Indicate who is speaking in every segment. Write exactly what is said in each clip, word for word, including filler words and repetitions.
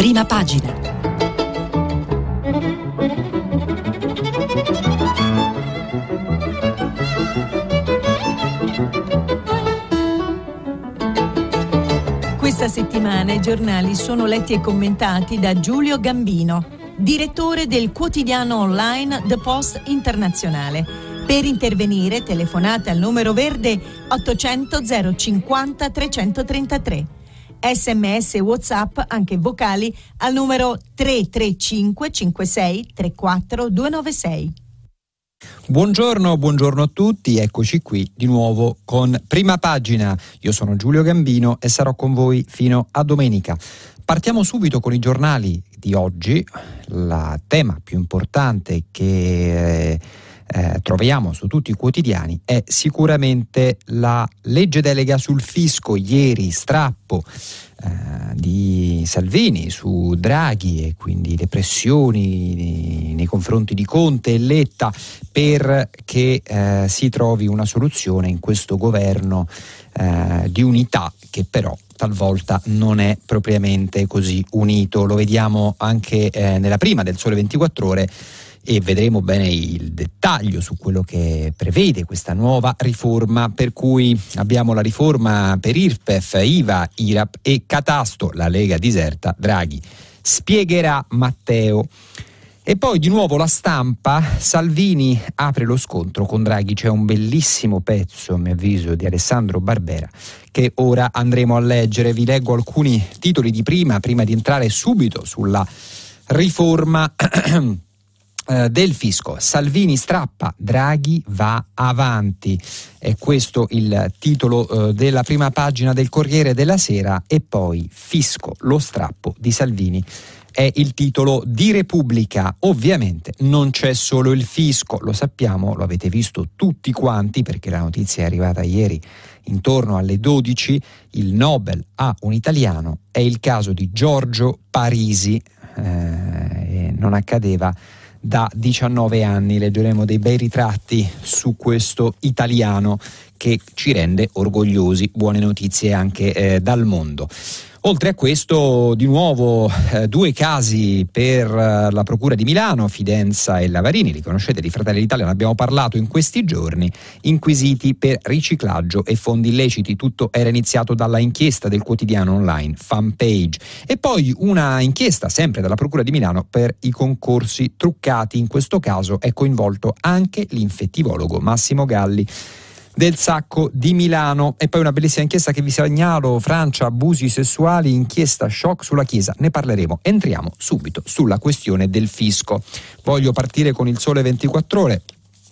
Speaker 1: Prima pagina. Questa settimana i giornali sono letti e commentati da Giulio Gambino, direttore del quotidiano online The Post Internazionale. Per intervenire telefonate al numero verde ottocento zero cinquanta trecentotrentatré. Sms e WhatsApp, anche vocali, al numero tre tre cinque cinque sei tre quattro due nove sei.
Speaker 2: Buongiorno, buongiorno a tutti, eccoci qui di nuovo con Prima Pagina. Io sono Giulio Gambino e sarò con voi fino a domenica. Partiamo subito con i giornali di oggi. Il tema più importante che eh, eh, troviamo su tutti i quotidiani è sicuramente la legge delega sul fisco. Ieri strappo eh, di Salvini su Draghi e quindi le pressioni nei confronti di Conte e Letta perché eh, si trovi una soluzione in questo governo eh, di unità che però talvolta non è propriamente così unito. Lo vediamo anche eh, nella prima del Sole ventiquattro Ore e vedremo bene il dettaglio su quello che prevede questa nuova riforma, per cui abbiamo la riforma per I R P E F, I V A, I R A P e Catasto. La Lega diserta, Draghi spiegherà Matteo. E poi di nuovo La Stampa, Salvini apre lo scontro con Draghi. C'è un bellissimo pezzo, a mio avviso, di Alessandro Barbera che ora andremo a leggere. Vi leggo alcuni titoli di prima, prima di entrare subito sulla riforma eh, del fisco. Salvini strappa, Draghi va avanti. È questo il titolo eh, della prima pagina del Corriere della Sera. E poi fisco, lo strappo di Salvini è il titolo di Repubblica. Ovviamente non c'è solo il fisco, lo sappiamo, lo avete visto tutti quanti perché la notizia è arrivata ieri intorno alle dodici. Il Nobel a un italiano, è il caso di Giorgio Parisi, eh, non accadeva da diciannove anni. Leggeremo dei bei ritratti su questo italiano che ci rende orgogliosi. Buone notizie anche eh, dal mondo. Oltre a questo, di nuovo eh, due casi per eh, la Procura di Milano, Fidenza e Lavarini, li conoscete, di Fratelli d'Italia, ne abbiamo parlato in questi giorni, inquisiti per riciclaggio e fondi illeciti. Tutto era iniziato dalla inchiesta del quotidiano online Fanpage. E poi una inchiesta sempre dalla Procura di Milano per i concorsi truccati. In questo caso è coinvolto anche l'infettivologo Massimo Galli del Sacco di Milano. E poi una bellissima inchiesta che vi segnalo: Francia, abusi sessuali, inchiesta shock sulla Chiesa. Ne parleremo. Entriamo subito sulla questione del fisco. Voglio partire con il Sole ventiquattro Ore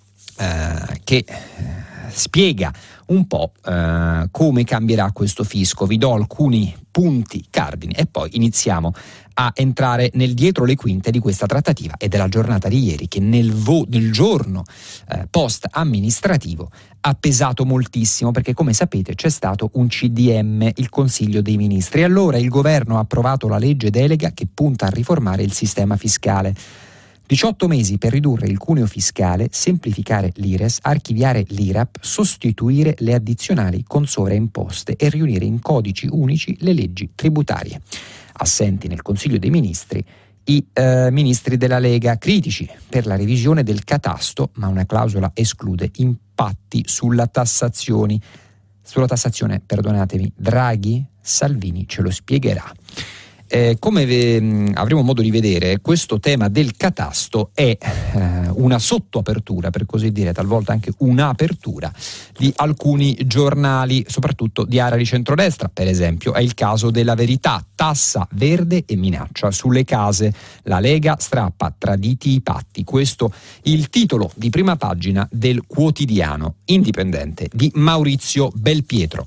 Speaker 2: eh, che eh, spiega un po' eh, come cambierà questo fisco. Vi do alcuni punti cardini e poi iniziamo a entrare nel dietro le quinte di questa trattativa e della giornata di ieri, che nel, vo- nel giorno eh, post amministrativo ha pesato moltissimo, perché come sapete c'è stato un C D M, il Consiglio dei Ministri. Allora il governo ha approvato la legge delega che punta a riformare il sistema fiscale. diciotto mesi per ridurre il cuneo fiscale, semplificare l'I R E S, archiviare l'I R A P, sostituire le addizionali con sovraimposte e riunire in codici unici le leggi tributarie. Assenti nel Consiglio dei Ministri i eh, ministri della Lega, critici per la revisione del catasto, ma una clausola esclude impatti sulla tassazione. Sulla tassazione, perdonatemi, Draghi, Salvini ce lo spiegherà. Eh, come ve, avremo modo di vedere, questo tema del catasto è eh, una sottoapertura, per così dire, talvolta anche un'apertura di alcuni giornali, soprattutto di area di centrodestra. Per esempio è il caso della Verità, tassa verde e minaccia sulle case, la Lega strappa, traditi i patti. Questo il titolo di prima pagina del quotidiano indipendente di Maurizio Belpietro.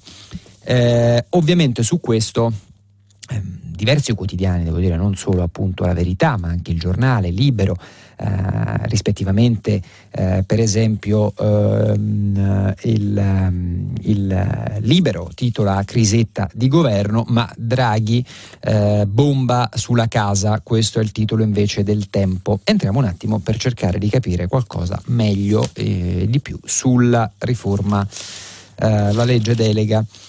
Speaker 2: Eh, ovviamente su questo ehm, diversi quotidiani, devo dire, non solo appunto La Verità, ma anche Il Giornale, Libero, eh, rispettivamente eh, per esempio ehm, il, il Libero titola Crisetta di governo, ma Draghi eh, bomba sulla casa. Questo è il titolo invece del Tempo. Entriamo un attimo per cercare di capire qualcosa meglio e di più sulla riforma, eh, la legge delega.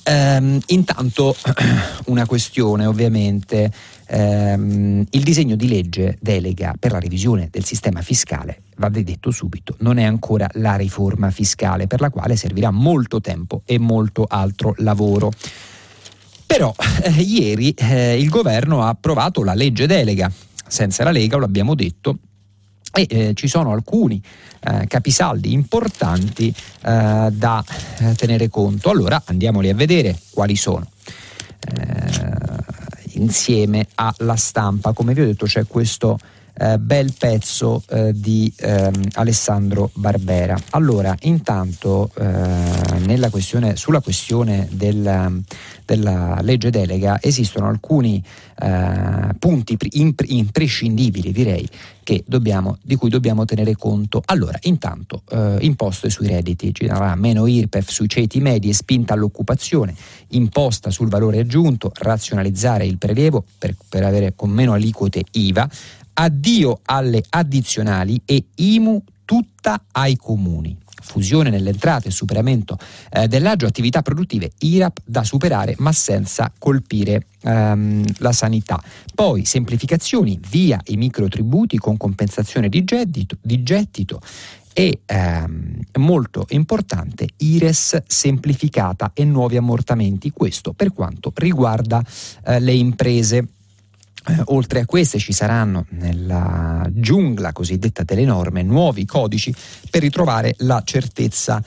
Speaker 2: Ehm, intanto una questione, ovviamente, ehm, il disegno di legge delega per la revisione del sistema fiscale, va detto subito, non è ancora la riforma fiscale, per la quale servirà molto tempo e molto altro lavoro. Però eh, ieri eh, il governo ha approvato la legge delega, senza la Lega, lo abbiamo detto, e eh, ci sono alcuni eh, capisaldi importanti eh, da eh, tenere conto. Allora andiamoli a vedere quali sono. Eh, insieme alla Stampa, come vi ho detto, c'è questo eh, bel pezzo eh, di ehm, Alessandro Barbera. Allora, intanto eh, nella questione, sulla questione del, della legge delega esistono alcuni eh, punti impre- imprescindibili, direi, che dobbiamo, di cui dobbiamo tenere conto. Allora, intanto eh, imposte sui redditi, ci sarà meno I R P E F sui ceti medi e spinta all'occupazione, imposta sul valore aggiunto, razionalizzare il prelievo per, per avere con meno aliquote I V A, addio alle addizionali e I M U tutta ai comuni. Fusione nelle entrate e superamento eh, dell'agio, attività produttive I R A P da superare ma senza colpire ehm, la sanità. Poi semplificazioni via i microtributi con compensazione di gettito, di gettito e ehm, molto importante I R E S semplificata e nuovi ammortamenti, questo per quanto riguarda eh, le imprese. Eh, oltre a queste ci saranno nella giungla cosiddetta delle norme nuovi codici per ritrovare la certezza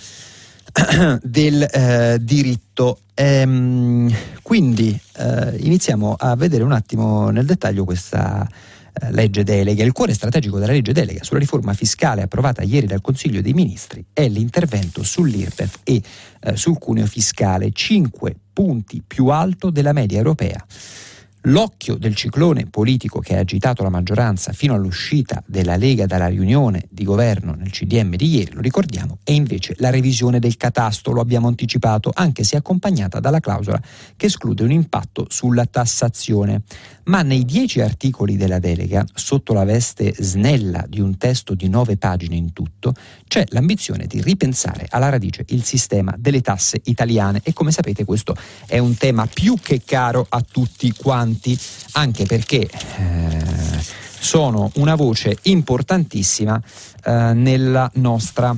Speaker 2: del eh, diritto. Ehm, quindi eh, iniziamo a vedere un attimo nel dettaglio questa eh, legge delega. Il cuore strategico della legge delega sulla riforma fiscale approvata ieri dal Consiglio dei Ministri è l'intervento sull'I R P E F e eh, sul cuneo fiscale, cinque punti più alto della media europea. L'occhio del ciclone politico che ha agitato la maggioranza fino all'uscita della Lega dalla riunione di governo nel C D M di ieri, lo ricordiamo, è invece la revisione del catasto, lo abbiamo anticipato, anche se accompagnata dalla clausola che esclude un impatto sulla tassazione. Ma nei dieci articoli della delega, sotto la veste snella di un testo di nove pagine in tutto, c'è l'ambizione di ripensare alla radice il sistema delle tasse italiane e, come sapete, questo è un tema più che caro a tutti quanti, anche perché eh, sono una voce importantissima eh, nella nostra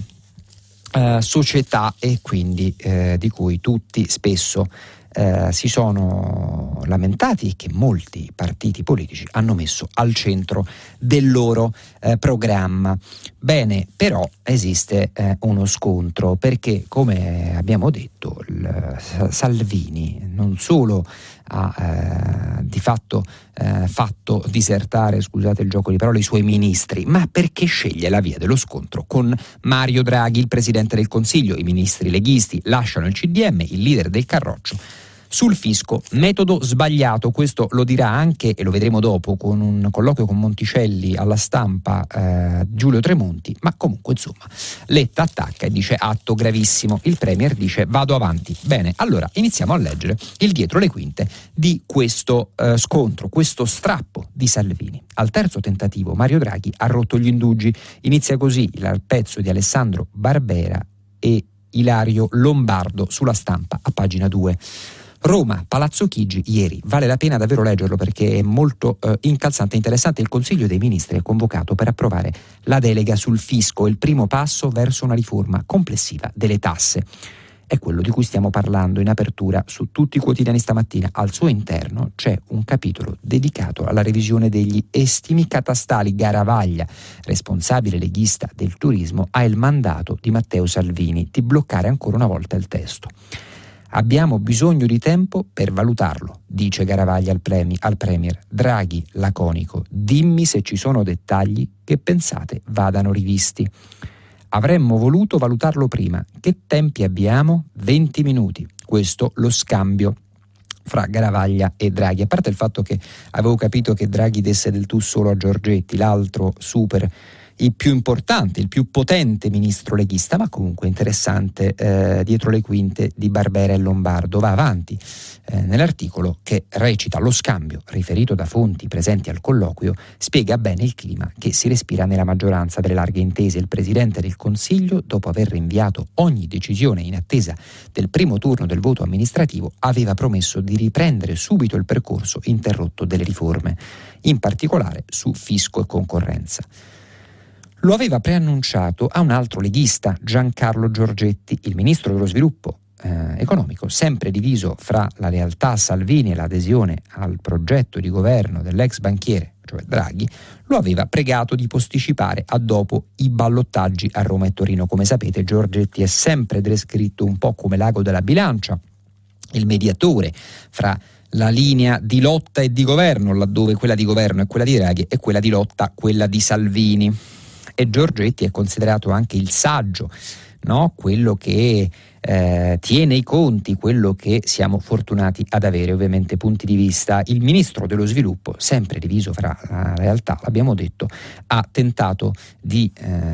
Speaker 2: eh, società e quindi eh, di cui tutti spesso Eh, si sono lamentati e che molti partiti politici hanno messo al centro del loro eh, programma. Bene, però esiste eh, uno scontro, perché, come abbiamo detto, il, Salvini non solo ha eh, di fatto eh, fatto disertare, scusate il gioco di parole, i suoi ministri, ma perché sceglie la via dello scontro con Mario Draghi, il Presidente del Consiglio. I ministri leghisti lasciano il C D M, il leader del Carroccio. Sul fisco, metodo sbagliato, questo lo dirà anche, e lo vedremo dopo, con un colloquio con Monticelli alla Stampa, eh, Giulio Tremonti, ma comunque insomma Letta attacca e dice atto gravissimo, il Premier dice vado avanti. Bene, allora iniziamo a leggere il dietro le quinte di questo eh, scontro, questo strappo di Salvini. Al terzo tentativo Mario Draghi ha rotto gli indugi, inizia così il pezzo di Alessandro Barbera e Ilario Lombardo sulla Stampa a pagina due. Roma, Palazzo Chigi, ieri. Vale la pena davvero leggerlo perché è molto eh, incalzante e interessante. Il Consiglio dei Ministri è convocato per approvare la delega sul fisco, il primo passo verso una riforma complessiva delle tasse. È quello di cui stiamo parlando in apertura su tutti i quotidiani stamattina. Al suo interno c'è un capitolo dedicato alla revisione degli estimi catastali. Garavaglia, responsabile leghista del turismo, ha il mandato di Matteo Salvini di bloccare ancora una volta il testo. Abbiamo bisogno di tempo per valutarlo, dice Garavaglia al, premi, al Premier. Draghi, laconico, dimmi se ci sono dettagli che pensate vadano rivisti. Avremmo voluto valutarlo prima. Che tempi abbiamo? venti minuti. Questo lo scambio fra Garavaglia e Draghi. A parte il fatto che avevo capito che Draghi desse del tu solo a Giorgetti, l'altro super il più importante, il più potente ministro leghista, ma comunque interessante, eh, dietro le quinte di Barbera e Lombardo. Va avanti eh, nell'articolo che recita: lo scambio, riferito da fonti presenti al colloquio, spiega bene il clima che si respira nella maggioranza delle larghe intese. Il Presidente del Consiglio, dopo aver rinviato ogni decisione in attesa del primo turno del voto amministrativo, aveva promesso di riprendere subito il percorso interrotto delle riforme, in particolare su fisco e concorrenza. Lo aveva preannunciato a un altro leghista, Giancarlo Giorgetti, il ministro dello sviluppo eh, economico, sempre diviso fra la lealtà a Salvini e l'adesione al progetto di governo dell'ex banchiere, cioè Draghi. Lo aveva pregato di posticipare a dopo i ballottaggi a Roma e Torino. Come sapete, Giorgetti è sempre descritto un po' come l'ago della bilancia, il mediatore fra la linea di lotta e di governo, laddove quella di governo è quella di Draghi e quella di lotta quella di Salvini. E Giorgetti è considerato anche il saggio, no? Quello che eh, tiene i conti, quello che siamo fortunati ad avere ovviamente punti di vista. Il ministro dello sviluppo, sempre diviso fra la realtà, l'abbiamo detto, ha tentato di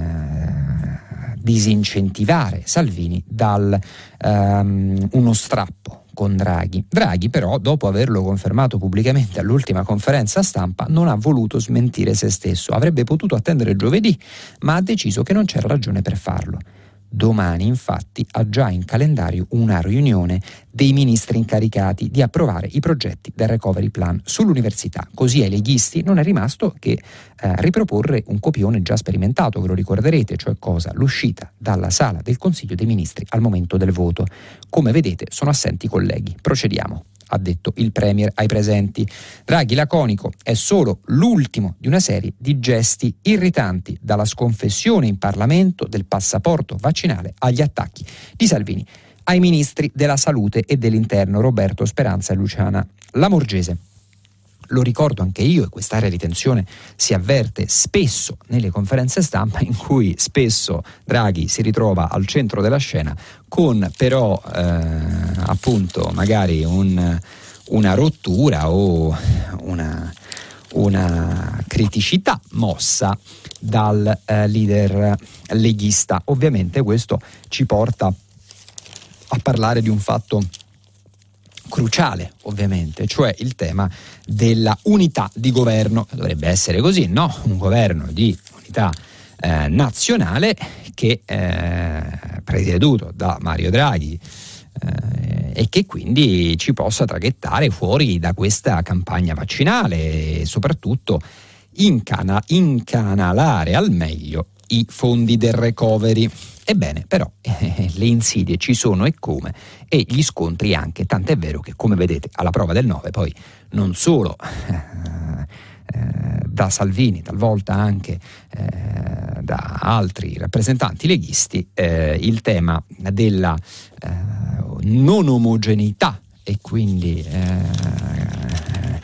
Speaker 2: eh, disincentivare Salvini dal um, uno strappo con Draghi. Draghi però, dopo averlo confermato pubblicamente all'ultima conferenza stampa, non ha voluto smentire se stesso. Avrebbe potuto attendere giovedì, ma ha deciso che non c'era ragione per farlo. Domani, infatti, ha già in calendario una riunione dei ministri incaricati di approvare i progetti del Recovery Plan sull'università. Così ai leghisti non è rimasto che eh, riproporre un copione già sperimentato, ve lo ricorderete, cioè cosa? L'uscita dalla sala del Consiglio dei Ministri al momento del voto. Come vedete, sono assenti i colleghi. Procediamo, ha detto il Premier ai presenti. Draghi laconico: è solo l'ultimo di una serie di gesti irritanti, dalla sconfessione in Parlamento del passaporto vaccinale agli attacchi di Salvini ai ministri della Salute e dell'Interno Roberto Speranza e Luciana Lamorgese. Lo ricordo anche io, e quest'area di tensione si avverte spesso nelle conferenze stampa, in cui spesso Draghi si ritrova al centro della scena con però eh, appunto magari un, una rottura o una, una criticità mossa dal eh, leader leghista. Ovviamente questo ci porta a parlare di un fatto cruciale, ovviamente, cioè il tema della unità di governo. Dovrebbe essere così, no? Un governo di unità eh, nazionale che è presieduto da Mario Draghi eh, e che quindi ci possa traghettare fuori da questa campagna vaccinale e soprattutto incana- incanalare al meglio i fondi del recovery. Ebbene, però eh, le insidie ci sono e come, e gli scontri anche, tant'è vero che, come vedete, alla prova del nove, poi non solo eh, eh, da Salvini, talvolta anche eh, da altri rappresentanti leghisti, eh, il tema della eh, non omogeneità e quindi eh,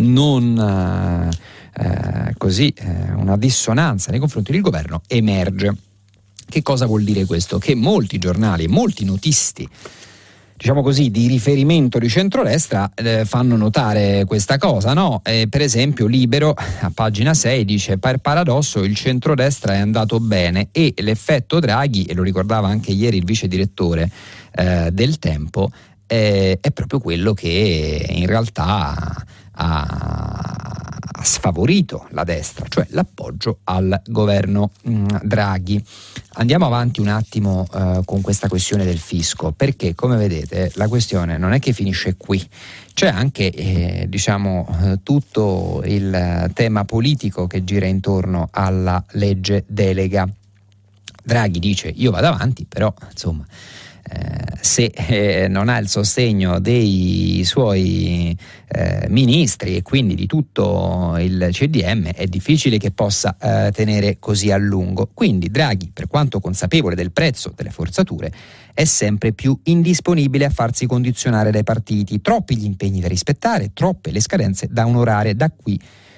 Speaker 2: non eh, così eh, una dissonanza nei confronti del governo emerge. Che cosa vuol dire questo? Che molti giornali, molti notisti, diciamo così, di riferimento di centrodestra eh, fanno notare questa cosa, no? Eh, per esempio Libero a pagina sei dice: per paradosso il centrodestra è andato bene e l'effetto Draghi, e lo ricordava anche ieri il vice direttore eh, del Tempo, eh, è proprio quello che in realtà ha ha sfavorito la destra, cioè l'appoggio al governo mh, Draghi. Andiamo avanti un attimo uh, con questa questione del fisco, perché come vedete la questione non è che finisce qui, c'è anche eh, diciamo eh, tutto il tema politico che gira intorno alla legge delega. Draghi dice: io vado avanti, però insomma Eh, se eh, non ha il sostegno dei suoi eh, ministri e quindi di tutto il C D M, è difficile che possa eh, tenere così a lungo. Quindi Draghi, per quanto consapevole del prezzo delle forzature, è sempre più indisponibile a farsi condizionare dai partiti. Troppi gli impegni da rispettare, troppe le scadenze da onorare. Da qui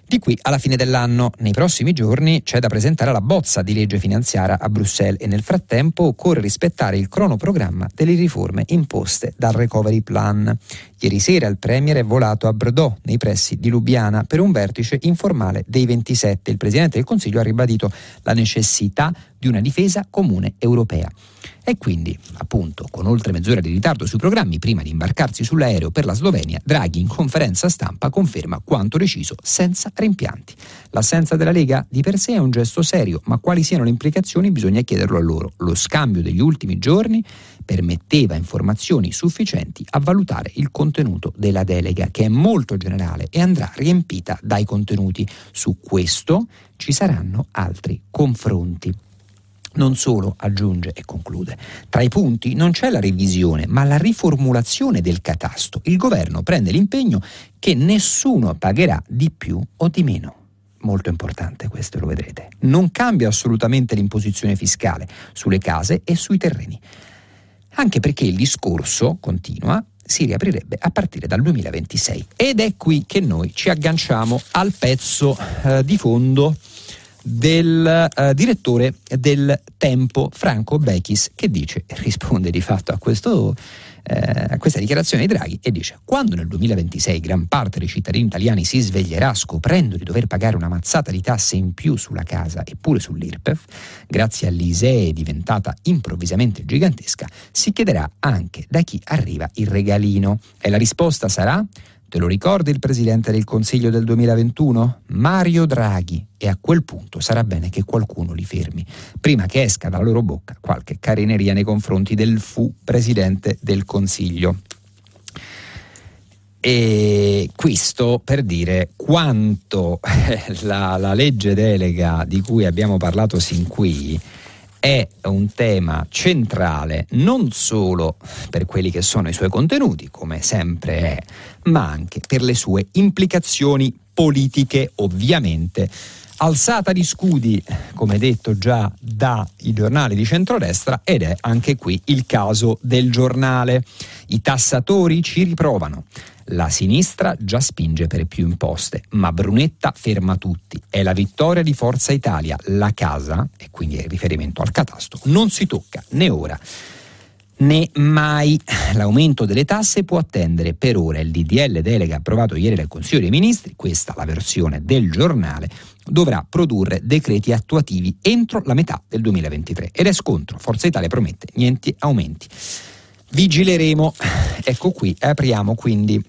Speaker 2: Di qui alla fine dell'anno, nei prossimi giorni, c'è da presentare la bozza di legge finanziaria a Bruxelles e nel frattempo occorre rispettare il cronoprogramma delle riforme imposte dal Recovery Plan. Ieri sera il Premier è volato a Bordeaux, nei pressi di Lubiana, per un vertice informale dei ventisette. Il Presidente del Consiglio ha ribadito la necessità di una difesa comune europea. E quindi, appunto, con oltre mezz'ora di ritardo sui programmi, prima di imbarcarsi sull'aereo per la Slovenia, Draghi in conferenza stampa conferma quanto deciso senza rimpianti. L'assenza della Lega di per sé è un gesto serio, ma quali siano le implicazioni bisogna chiederlo a loro. Lo scambio degli ultimi giorni permetteva informazioni sufficienti a valutare il contenuto della delega, che è molto generale e andrà riempita dai contenuti. Su questo ci saranno altri confronti. Non solo, aggiunge e conclude, tra i punti non c'è la revisione, ma la riformulazione del catasto. Il governo prende l'impegno che nessuno pagherà di più o di meno. Molto importante questo, lo vedrete. Non cambia assolutamente l'imposizione fiscale sulle case e sui terreni. Anche perché il discorso, continua, si riaprirebbe a partire dal duemilaventisei. Ed è qui che noi ci agganciamo al pezzo eh, di fondo del uh, direttore del Tempo, Franco Bechis, che dice, risponde di fatto a, questo, eh, a questa dichiarazione di Draghi e dice: quando nel duemilaventisei gran parte dei cittadini italiani si sveglierà scoprendo di dover pagare una mazzata di tasse in più sulla casa e pure sull'I R P E F, grazie all'I S E E diventata improvvisamente gigantesca, si chiederà anche da chi arriva il regalino. E la risposta sarà: te lo ricordi il Presidente del Consiglio del duemilaventuno? Mario Draghi. E a quel punto sarà bene che qualcuno li fermi, prima che esca dalla loro bocca qualche carineria nei confronti del fu Presidente del Consiglio. E questo per dire quanto la, la legge delega di cui abbiamo parlato sin qui è un tema centrale non solo per quelli che sono i suoi contenuti, come sempre è, ma anche per le sue implicazioni politiche, ovviamente. Alzata di scudi, come detto già dai giornali di centrodestra, ed è anche qui il caso del Giornale. I tassatori ci riprovano. La sinistra già spinge per più imposte, ma Brunetta ferma tutti. È la vittoria di Forza Italia. La casa, e quindi è il riferimento al catasto, non si tocca né ora né mai. L'aumento delle tasse può attendere per ora. Il D D L delega approvato ieri dal Consiglio dei Ministri, questa la versione del Giornale, dovrà produrre decreti attuativi entro la metà del duemilaventitré ed è scontro. Forza Italia promette niente aumenti. Vigileremo. Ecco qui, apriamo quindi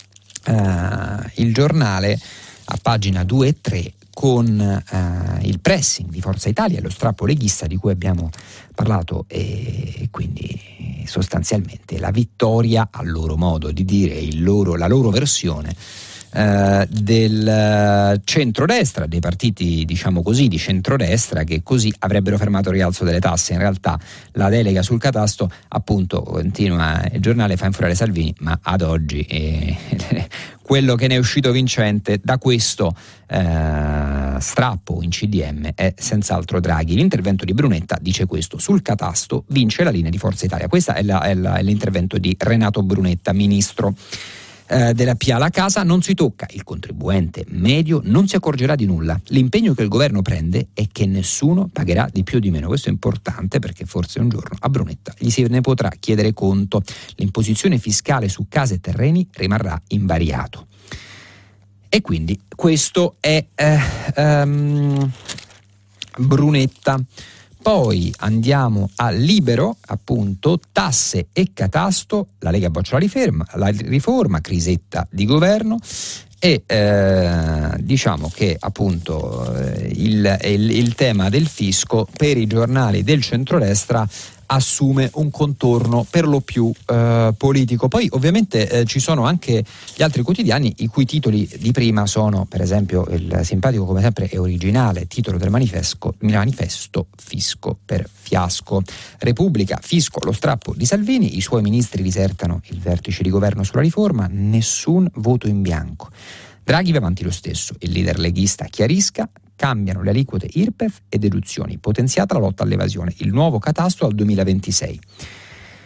Speaker 2: Uh, il Giornale a pagina due e tre con uh, il pressing di Forza Italia e lo strappo leghista di cui abbiamo parlato, e quindi sostanzialmente la vittoria, a loro modo di dire, il loro, la loro versione uh, del centrodestra, dei partiti diciamo così di centrodestra, che così avrebbero fermato il rialzo delle tasse. In realtà la delega sul catasto, appunto, continua, il Giornale fa infuriare Salvini, ma ad oggi eh, quello che ne è uscito vincente da questo eh, strappo in C D M è senz'altro Draghi. L'intervento di Brunetta dice questo: sul catasto vince la linea di Forza Italia. Questo è, la, è, la, è l'intervento di Renato Brunetta, ministro eh, della P A. La casa non si tocca, il contribuente medio non si accorgerà di nulla. L'impegno che il governo prende è che nessuno pagherà di più o di meno. Questo è importante perché forse un giorno a Brunetta gli se ne potrà chiedere conto. L'imposizione fiscale su case e terreni rimarrà invariato. E quindi questo è eh, um, Brunetta. Poi andiamo a Libero, appunto, tasse e catasto, la Lega boccia la riforma, la riforma, crisetta di governo, e eh, diciamo che appunto eh, il, il, il tema del fisco per i giornali del centrodestra assume un contorno per lo più eh, politico. Poi ovviamente eh, ci sono anche gli altri quotidiani i cui titoli di prima sono, per esempio, il simpatico come sempre e originale titolo del manifesto, manifesto fisco per fiasco. Repubblica, fisco, lo strappo di Salvini, i suoi ministri disertano il vertice di governo sulla riforma, nessun voto in bianco. Draghi va avanti lo stesso, il leader leghista chiarisca, cambiano le aliquote I R P E F e deduzioni, potenziata la lotta all'evasione, il nuovo catasto al duemilaventisei.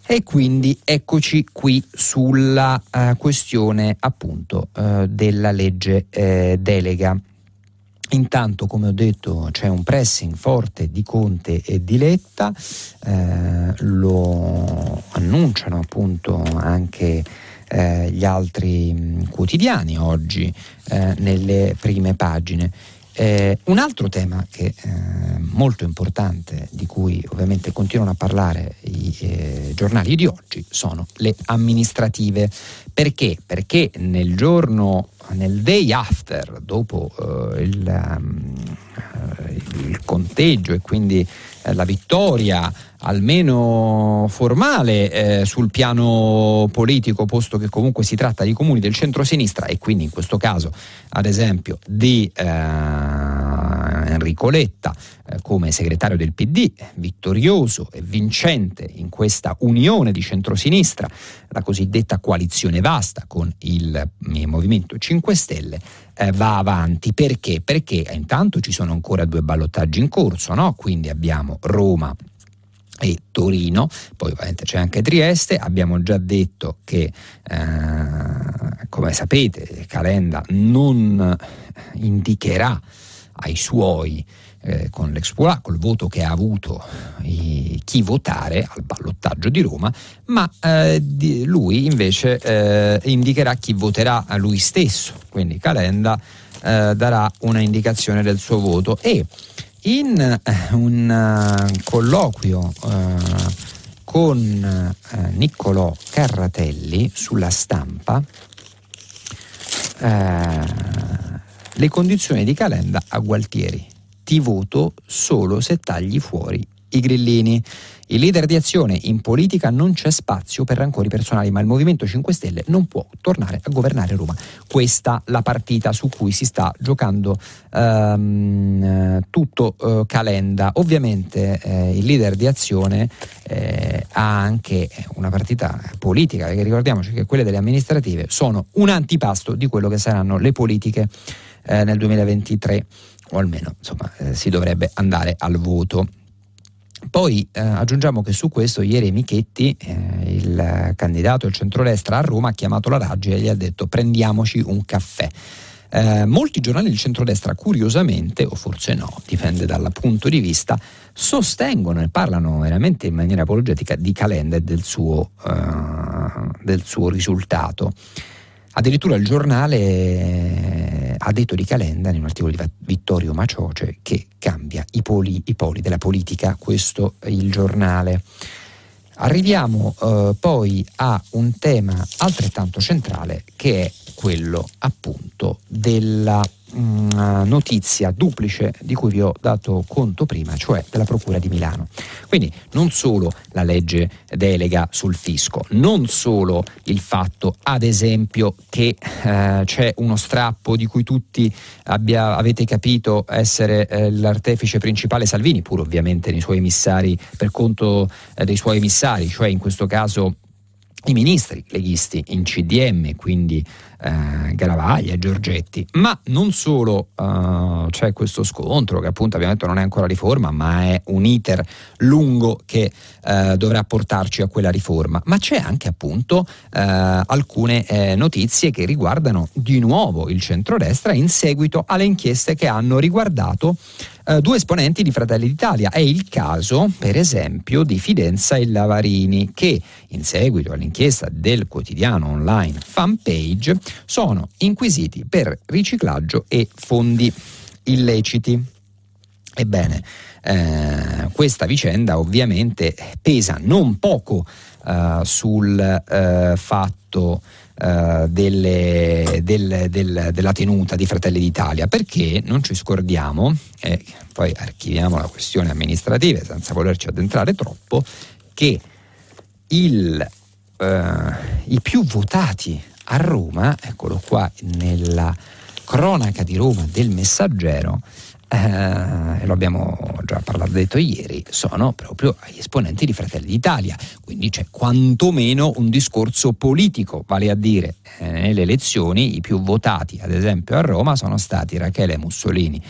Speaker 2: E quindi eccoci qui sulla uh, questione appunto uh, della legge uh, delega. Intanto, come ho detto, c'è un pressing forte di Conte e di Letta, eh, lo annunciano appunto anche eh, gli altri mh, quotidiani oggi eh, nelle prime pagine. Eh, un altro tema che è eh, molto importante, di cui ovviamente continuano a parlare i eh, giornali di oggi, sono le amministrative. Perché? Perché nel giorno, nel day after, dopo eh, il, um, il conteggio e quindi eh, la vittoria almeno formale eh, sul piano politico, posto che comunque si tratta di comuni del centro-sinistra e quindi in questo caso ad esempio di eh, Enrico Letta eh, come segretario del P D, vittorioso e vincente in questa unione di centro-sinistra, la cosiddetta coalizione vasta con il, il Movimento cinque Stelle, eh, va avanti. Perché? Perché intanto ci sono ancora due ballottaggi in corso, no? Quindi abbiamo Roma e Torino, poi ovviamente c'è anche Trieste. Abbiamo già detto che eh, come sapete Calenda non indicherà ai suoi eh, con l'exploit, col voto che ha avuto i, chi votare al ballottaggio di Roma, ma eh, di, lui invece eh, indicherà chi voterà a lui stesso, quindi Calenda eh, darà una indicazione del suo voto. E in uh, un uh, colloquio uh, con uh, Niccolò Carratelli sulla Stampa, uh, le condizioni di Calenda a Gualtieri: ti voto solo se tagli fuori i grillini. Il leader di Azione: in politica non c'è spazio per rancori personali, ma il Movimento cinque Stelle non può tornare a governare Roma. Questa la partita su cui si sta giocando ehm, tutto eh, Calenda. Ovviamente eh, il leader di Azione eh, ha anche una partita politica, perché ricordiamoci che quelle delle amministrative sono un antipasto di quello che saranno le politiche eh, nel duemilaventitré, o almeno insomma eh, si dovrebbe andare al voto. Poi eh, aggiungiamo che su questo ieri Michetti, eh, il candidato del centrodestra a Roma, ha chiamato la Raggi e gli ha detto: prendiamoci un caffè. Eh, molti giornali del centrodestra, curiosamente, o forse no, dipende dal punto di vista, sostengono e parlano veramente in maniera apologetica di Calenda e del suo, eh, del suo risultato. Addirittura il giornale ha detto di Calenda, in un articolo di Vittorio Macioce, che cambia i poli, i poli della politica, questo è il giornale. Arriviamo eh, poi a un tema altrettanto centrale, che è quello appunto della mh, notizia duplice di cui vi ho dato conto prima, cioè della Procura di Milano. Quindi non solo la legge delega sul fisco, non solo il fatto ad esempio che eh, c'è uno strappo di cui tutti abbia, avete capito essere eh, l'artefice principale Salvini, pur ovviamente nei suoi emissari, per conto eh, dei suoi emissari, cioè in questo caso i ministri leghisti in C D M, quindi eh, Garavaglia e Giorgetti. Ma non solo uh, c'è questo scontro, che appunto abbiamo detto non è ancora riforma, ma è un iter lungo che uh, dovrà portarci a quella riforma, ma c'è anche appunto uh, alcune eh, notizie che riguardano di nuovo il centrodestra in seguito alle inchieste che hanno riguardato Uh, due esponenti di Fratelli d'Italia. È il caso, per esempio, di Fidenza e Lavarini, che in seguito all'inchiesta del quotidiano online Fanpage sono inquisiti per riciclaggio e fondi illeciti. Ebbene, eh, questa vicenda ovviamente pesa non poco uh, sul uh, fatto Uh, delle, del, del, della tenuta di Fratelli d'Italia, perché non ci scordiamo, e poi archiviamo la questione amministrativa senza volerci addentrare troppo, che il, uh, i più votati a Roma, eccolo qua nella cronaca di Roma del Messaggero, eh, lo abbiamo già parlato, detto ieri, sono proprio gli esponenti di Fratelli d'Italia, quindi c'è quantomeno un discorso politico, vale a dire eh, nelle elezioni i più votati ad esempio a Roma sono stati Rachele Mussolini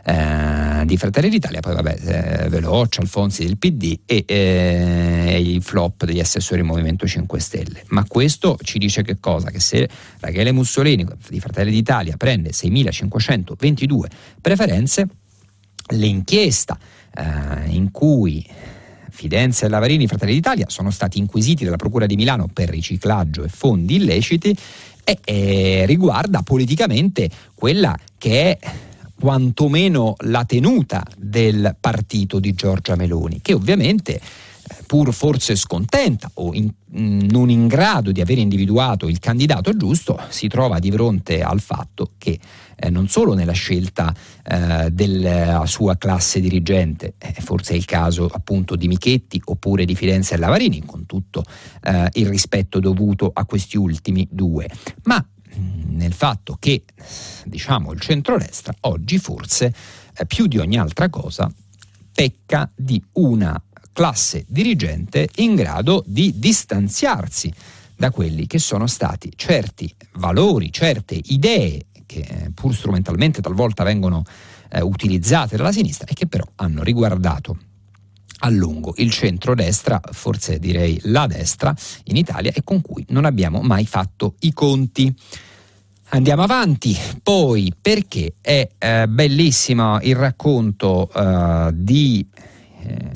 Speaker 2: eh, di Fratelli d'Italia, poi vabbè eh, Veloce, Alfonsi del P D e eh, i flop degli assessori Movimento cinque Stelle. Ma questo ci dice che cosa? Che se Rachele Mussolini di Fratelli d'Italia prende seimilacinquecentoventidue preferenze, l'inchiesta eh, in cui Fidenza e Lavarini, Fratelli d'Italia, sono stati inquisiti dalla Procura di Milano per riciclaggio e fondi illeciti e, e riguarda politicamente quella che è quantomeno la tenuta del partito di Giorgia Meloni, che ovviamente, pur forse scontenta o in, non in grado di aver individuato il candidato giusto, si trova di fronte al fatto che eh, non solo nella scelta eh, della sua classe dirigente, eh, forse è il caso appunto di Michetti oppure di Fidenza e Lavarini, con tutto eh, il rispetto dovuto a questi ultimi due, ma mh, nel fatto che diciamo il centrodestra oggi forse eh, più di ogni altra cosa pecca di una classe dirigente in grado di distanziarsi da quelli che sono stati certi valori, certe idee che eh, pur strumentalmente talvolta vengono eh, utilizzate dalla sinistra e che però hanno riguardato a lungo il centrodestra, forse direi la destra in Italia, e con cui non abbiamo mai fatto i conti. Andiamo avanti, poi perché è eh, bellissimo il racconto eh, di eh,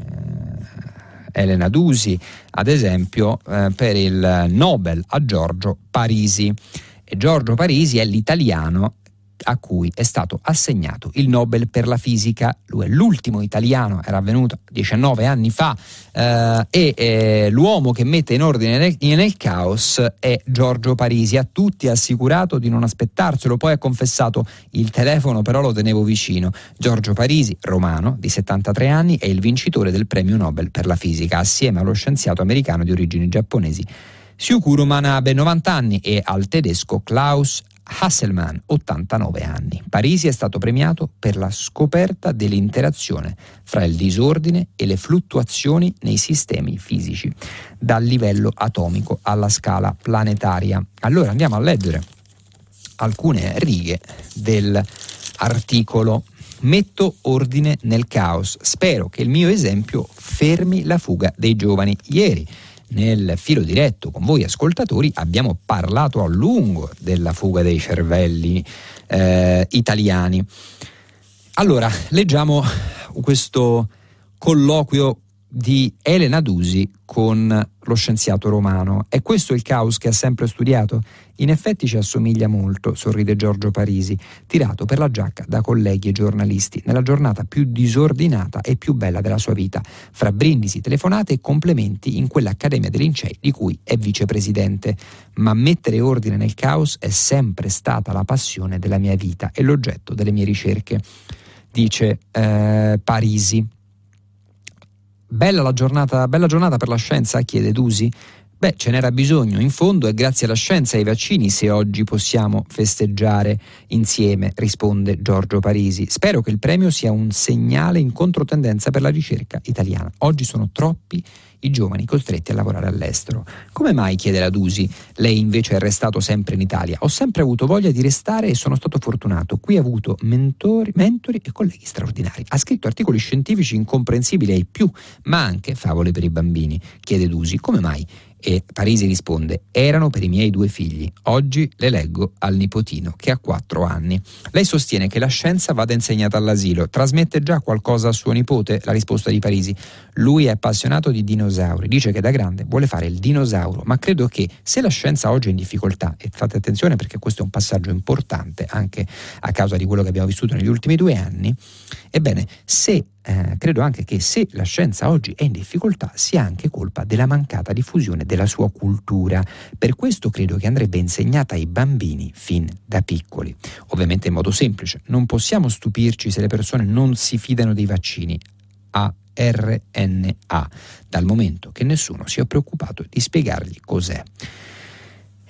Speaker 2: Elena Dusi, ad esempio, eh, per il Nobel a Giorgio Parisi. E Giorgio Parisi è l'italiano a cui è stato assegnato il Nobel per la fisica. Lui è l'ultimo italiano, era avvenuto diciannove anni fa, eh, e eh, l'uomo che mette in ordine nel, nel caos è Giorgio Parisi. A tutti ha assicurato di non aspettarselo, poi ha confessato: il telefono però lo tenevo vicino. Giorgio Parisi, romano, di settantatré anni, è il vincitore del premio Nobel per la fisica, assieme allo scienziato americano di origini giapponesi Syukuro Manabe, novanta anni, e al tedesco Klaus Hasselmann, ottantanove anni. Parisi è stato premiato per la scoperta dell'interazione fra il disordine e le fluttuazioni nei sistemi fisici, dal livello atomico alla scala planetaria. Allora andiamo a leggere alcune righe dell'articolo. Metto ordine nel caos. Spero che il mio esempio fermi la fuga dei giovani. Ieri, nel filo diretto con voi ascoltatori, abbiamo parlato a lungo della fuga dei cervelli eh, italiani. Allora, leggiamo questo colloquio di Elena Dusi con lo scienziato romano. È questo il caos che ha sempre studiato? In effetti ci assomiglia molto, sorride Giorgio Parisi, tirato per la giacca da colleghi e giornalisti nella giornata più disordinata e più bella della sua vita, fra brindisi, telefonate e complimenti in quell'Accademia dei Lincei di cui è vicepresidente. Ma mettere ordine nel caos è sempre stata la passione della mia vita e l'oggetto delle mie ricerche, dice eh, Parisi. Bella la giornata, bella giornata per la scienza, chiede Dusi. Beh, ce n'era bisogno, in fondo è grazie alla scienza e ai vaccini se oggi possiamo festeggiare insieme, risponde Giorgio Parisi. Spero che il premio sia un segnale in controtendenza per la ricerca italiana. Oggi sono troppi i giovani costretti a lavorare all'estero. Come mai, chiede la Dusi, lei invece è restato sempre in Italia? Ho sempre avuto voglia di restare e sono stato fortunato. Qui ho avuto mentori, mentori e colleghi straordinari. Ha scritto articoli scientifici incomprensibili ai più, ma anche favole per i bambini, chiede Dusi. Come mai? E Parisi risponde: erano per i miei due figli, oggi le leggo al nipotino che ha quattro anni. Lei sostiene che la scienza vada insegnata all'asilo. Trasmette già qualcosa a suo nipote? La risposta di Parisi: lui è appassionato di dinosauri, dice che da grande vuole fare il dinosauro, ma credo che se la scienza oggi è in difficoltà, e fate attenzione perché questo è un passaggio importante anche a causa di quello che abbiamo vissuto negli ultimi due anni, ebbene se Eh, credo anche che se la scienza oggi è in difficoltà sia anche colpa della mancata diffusione della sua cultura. Per questo credo che andrebbe insegnata ai bambini fin da piccoli. Ovviamente in modo semplice. Non possiamo stupirci se le persone non si fidano dei vaccini a R N A, dal momento che nessuno si è preoccupato di spiegargli cos'è.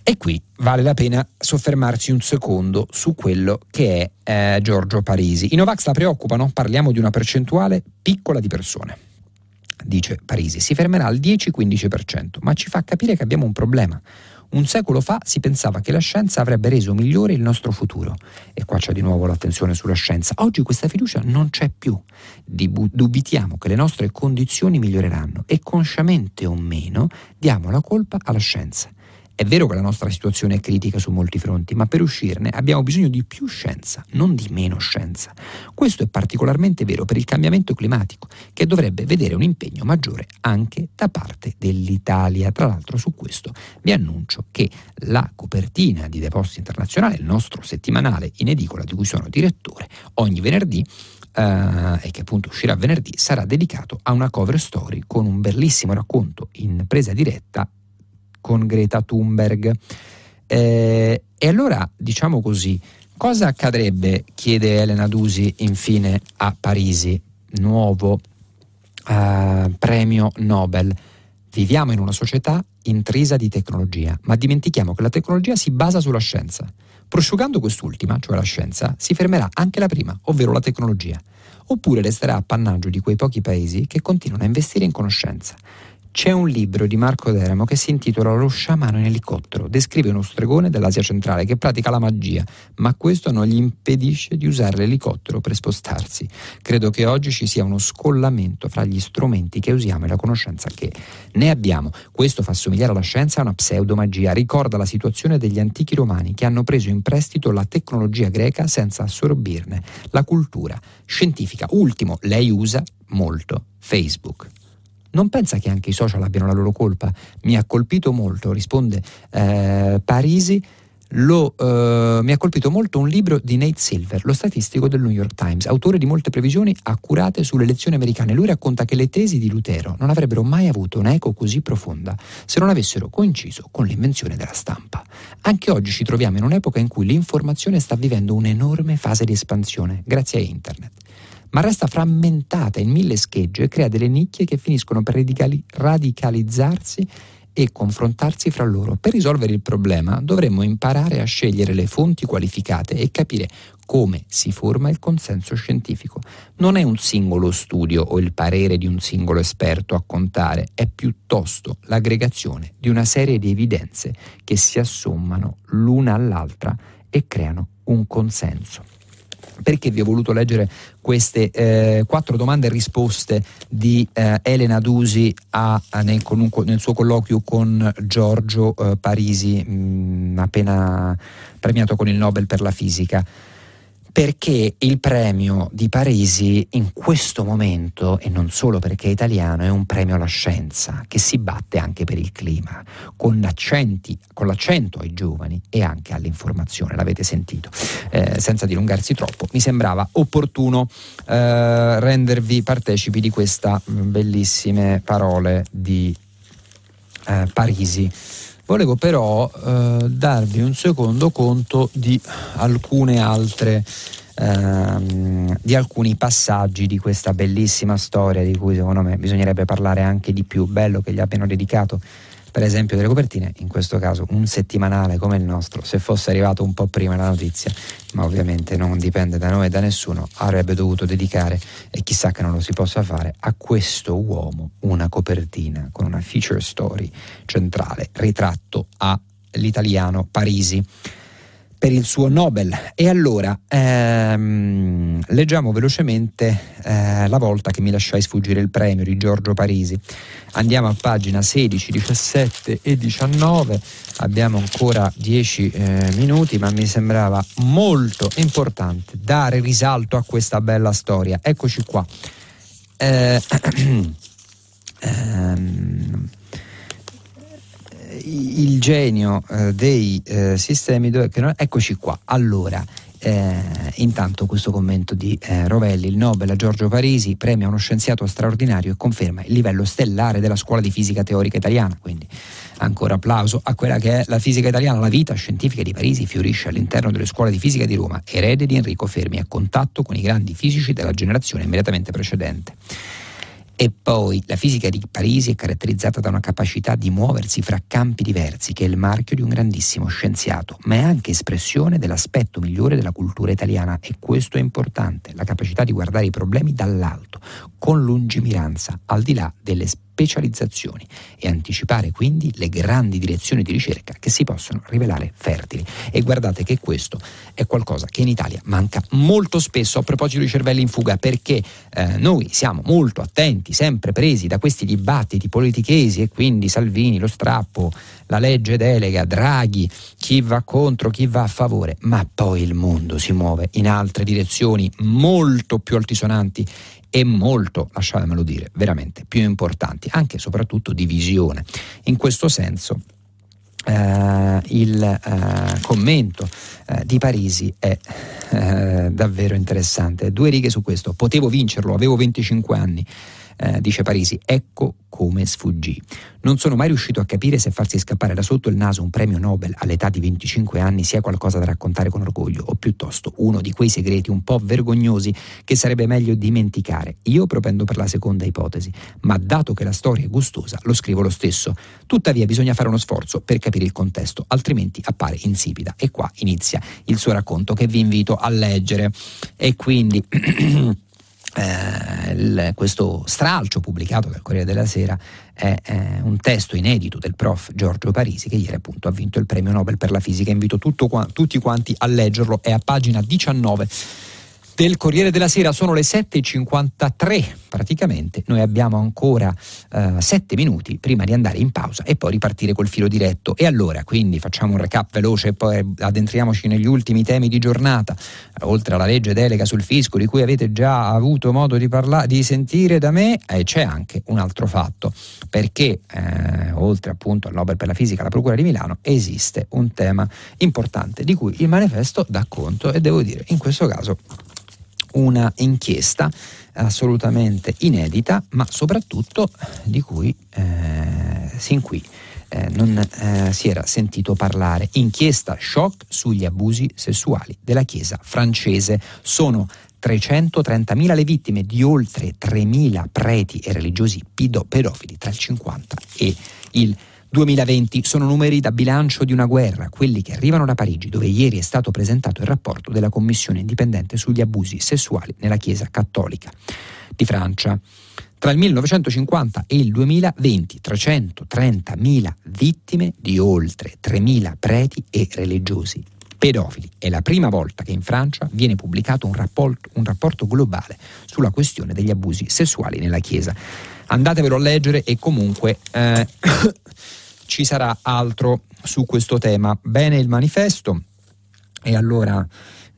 Speaker 2: E qui vale la pena soffermarsi un secondo su quello che è eh, Giorgio Parisi. I Novax la preoccupano? Parliamo di una percentuale piccola di persone. Dice Parisi, si fermerà al dieci-quindici per cento, ma ci fa capire che abbiamo un problema. Un secolo fa si pensava che la scienza avrebbe reso migliore il nostro futuro. E qua c'è di nuovo l'attenzione sulla scienza. Oggi questa fiducia non c'è più. Dibu- dubitiamo che le nostre condizioni miglioreranno e consciamente o meno diamo la colpa alla scienza. È vero che la nostra situazione è critica su molti fronti, ma per uscirne abbiamo bisogno di più scienza, non di meno scienza. Questo è particolarmente vero per il cambiamento climatico, che dovrebbe vedere un impegno maggiore anche da parte dell'Italia. Tra l'altro su questo vi annuncio che la copertina di The Post Internazionale, il nostro settimanale in edicola di cui sono direttore, ogni venerdì, Uh, e che appunto uscirà venerdì, sarà dedicato a una cover story con un bellissimo racconto in presa diretta con Greta Thunberg. Eh, e allora, diciamo così, cosa accadrebbe, chiede Elena Dusi infine a Parisi, nuovo uh, premio Nobel. Viviamo in una società intrisa di tecnologia, ma dimentichiamo che la tecnologia si basa sulla scienza. Prosciugando quest'ultima, cioè la scienza, si fermerà anche la prima, ovvero la tecnologia, oppure resterà appannaggio di quei pochi paesi che continuano a investire in conoscenza. C'è un libro di Marco Deramo che si intitola Lo sciamano in elicottero. Descrive uno stregone dell'Asia centrale che pratica la magia, ma questo non gli impedisce di usare l'elicottero per spostarsi. Credo che oggi ci sia uno scollamento fra gli strumenti che usiamo e la conoscenza che ne abbiamo. Questo fa somigliare alla scienza a una pseudomagia. Ricorda la situazione degli antichi romani che hanno preso in prestito la tecnologia greca senza assorbirne la cultura scientifica. Ultimo, lei usa molto Facebook. Non pensa che anche i social abbiano la loro colpa? Mi ha colpito molto, risponde eh, Parisi, lo, eh, mi ha colpito molto un libro di Nate Silver, lo statistico del New York Times, autore di molte previsioni accurate sulle elezioni americane. Lui racconta che le tesi di Lutero non avrebbero mai avuto un'eco così profonda se non avessero coinciso con l'invenzione della stampa. Anche oggi ci troviamo in un'epoca in cui l'informazione sta vivendo un'enorme fase di espansione grazie a internet, ma resta frammentata in mille schegge e crea delle nicchie che finiscono per radicali- radicalizzarsi e confrontarsi fra loro. Per risolvere il problema dovremmo imparare a scegliere le fonti qualificate e capire come si forma il consenso scientifico. Non è un singolo studio o il parere di un singolo esperto a contare, è piuttosto l'aggregazione di una serie di evidenze che si assommano l'una all'altra e creano un consenso. Perché vi ho voluto leggere queste eh, quattro domande e risposte di eh, Elena Dusi a, a nel, con, nel suo colloquio con Giorgio eh, Parisi, mh, appena premiato con il Nobel per la fisica? Perché il premio di Parisi in questo momento, e non solo perché è italiano, è un premio alla scienza che si batte anche per il clima, con accenti, con l'accento ai giovani e anche all'informazione, l'avete sentito. Eh, senza dilungarsi troppo, mi sembrava opportuno eh, rendervi partecipi di queste bellissime parole di eh, Parisi. Volevo però eh, darvi un secondo conto di alcune altre, ehm, di alcuni passaggi di questa bellissima storia di cui secondo me bisognerebbe parlare anche di più. Bello che gli abbiano dedicato, per esempio, delle copertine, in questo caso un settimanale come il nostro, se fosse arrivato un po' prima la notizia, ma ovviamente non dipende da noi e da nessuno, avrebbe dovuto dedicare, e chissà che non lo si possa fare, a questo uomo una copertina con una feature story centrale, ritratto all'italiano Parisi per il suo Nobel. E allora ehm, leggiamo velocemente eh, la volta che mi lasciai sfuggire il premio di Giorgio Parisi. Andiamo a pagina sedici, diciassette e diciannove, abbiamo ancora dieci eh, minuti, ma mi sembrava molto importante dare risalto a questa bella storia. Eccoci qua. Eh, ehm, il genio eh, dei eh, sistemi dove, che non, eccoci qua. Allora eh, intanto questo commento di eh, Rovelli: il Nobel a Giorgio Parisi premia uno scienziato straordinario e conferma il livello stellare della scuola di fisica teorica italiana. Quindi ancora applauso a quella che è la fisica italiana. La vita scientifica di Parisi fiorisce all'interno delle scuole di fisica di Roma, erede di Enrico Fermi, a contatto con i grandi fisici della generazione immediatamente precedente. E poi la fisica di Parisi è caratterizzata da una capacità di muoversi fra campi diversi, che è il marchio di un grandissimo scienziato, ma è anche espressione dell'aspetto migliore della cultura italiana, e questo è importante, la capacità di guardare i problemi dall'alto, con lungimiranza, al di là delle specializzazioni, e anticipare quindi le grandi direzioni di ricerca che si possono rivelare fertili. E guardate che questo è qualcosa che in Italia manca molto spesso, a proposito di cervelli in fuga, perché eh, noi siamo molto attenti, sempre presi da questi dibattiti politichesi, e quindi Salvini, lo strappo, la legge delega, Draghi, chi va contro, chi va a favore, ma poi il mondo si muove in altre direzioni molto più altisonanti e molto, lasciatemelo dire, veramente più importanti, anche e soprattutto di visione. In questo senso eh, il eh, commento eh, di Parisi è eh, davvero interessante. Due righe su questo: potevo vincerlo, avevo venticinque anni. Eh, dice Parisi, ecco come sfuggì. Non sono mai riuscito a capire se farsi scappare da sotto il naso un premio Nobel all'età di venticinque anni sia qualcosa da raccontare con orgoglio, o piuttosto uno di quei segreti un po' vergognosi che sarebbe meglio dimenticare. Io propendo per la seconda ipotesi, ma dato che la storia è gustosa, lo scrivo lo stesso. Tuttavia bisogna fare uno sforzo per capire il contesto, altrimenti appare insipida. E qua inizia il suo racconto, che vi invito a leggere. E quindi Eh, il, questo stralcio pubblicato dal Corriere della Sera è eh, un testo inedito del prof Giorgio Parisi, che ieri appunto ha vinto il premio Nobel per la fisica. Invito tutto, tutti quanti a leggerlo, è a pagina diciannove del Corriere della Sera. Sono le sette e cinquantatré praticamente, noi abbiamo ancora eh, sette minuti prima di andare in pausa e poi ripartire col filo diretto. E allora quindi facciamo un recap veloce e poi addentriamoci negli ultimi temi di giornata. Oltre alla legge delega sul fisco, di cui avete già avuto modo di parlare, di sentire da me, eh, c'è anche un altro fatto, perché eh, oltre appunto al Nobel per la fisica alla Procura di Milano esiste un tema importante di cui il manifesto dà conto, e devo dire in questo caso una inchiesta assolutamente inedita, ma soprattutto di cui eh, sin qui eh, non eh, si era sentito parlare. Inchiesta shock sugli abusi sessuali della Chiesa francese. Sono trecentotrentamila le vittime di oltre tremila preti e religiosi pedofili tra il cinquanta e il duemilaventi. Sono numeri da bilancio di una guerra, quelli che arrivano da Parigi, dove ieri è stato presentato il rapporto della Commissione indipendente sugli abusi sessuali nella Chiesa cattolica di Francia. Tra il millenovecentocinquanta e il duemilaventi, trecentotrentamila vittime di oltre tremila preti e religiosi pedofili. È la prima volta che in Francia viene pubblicato un rapporto, un rapporto globale sulla questione degli abusi sessuali nella Chiesa. Andatevelo a leggere, e comunque eh, ci sarà altro su questo tema. Bene il manifesto. E allora,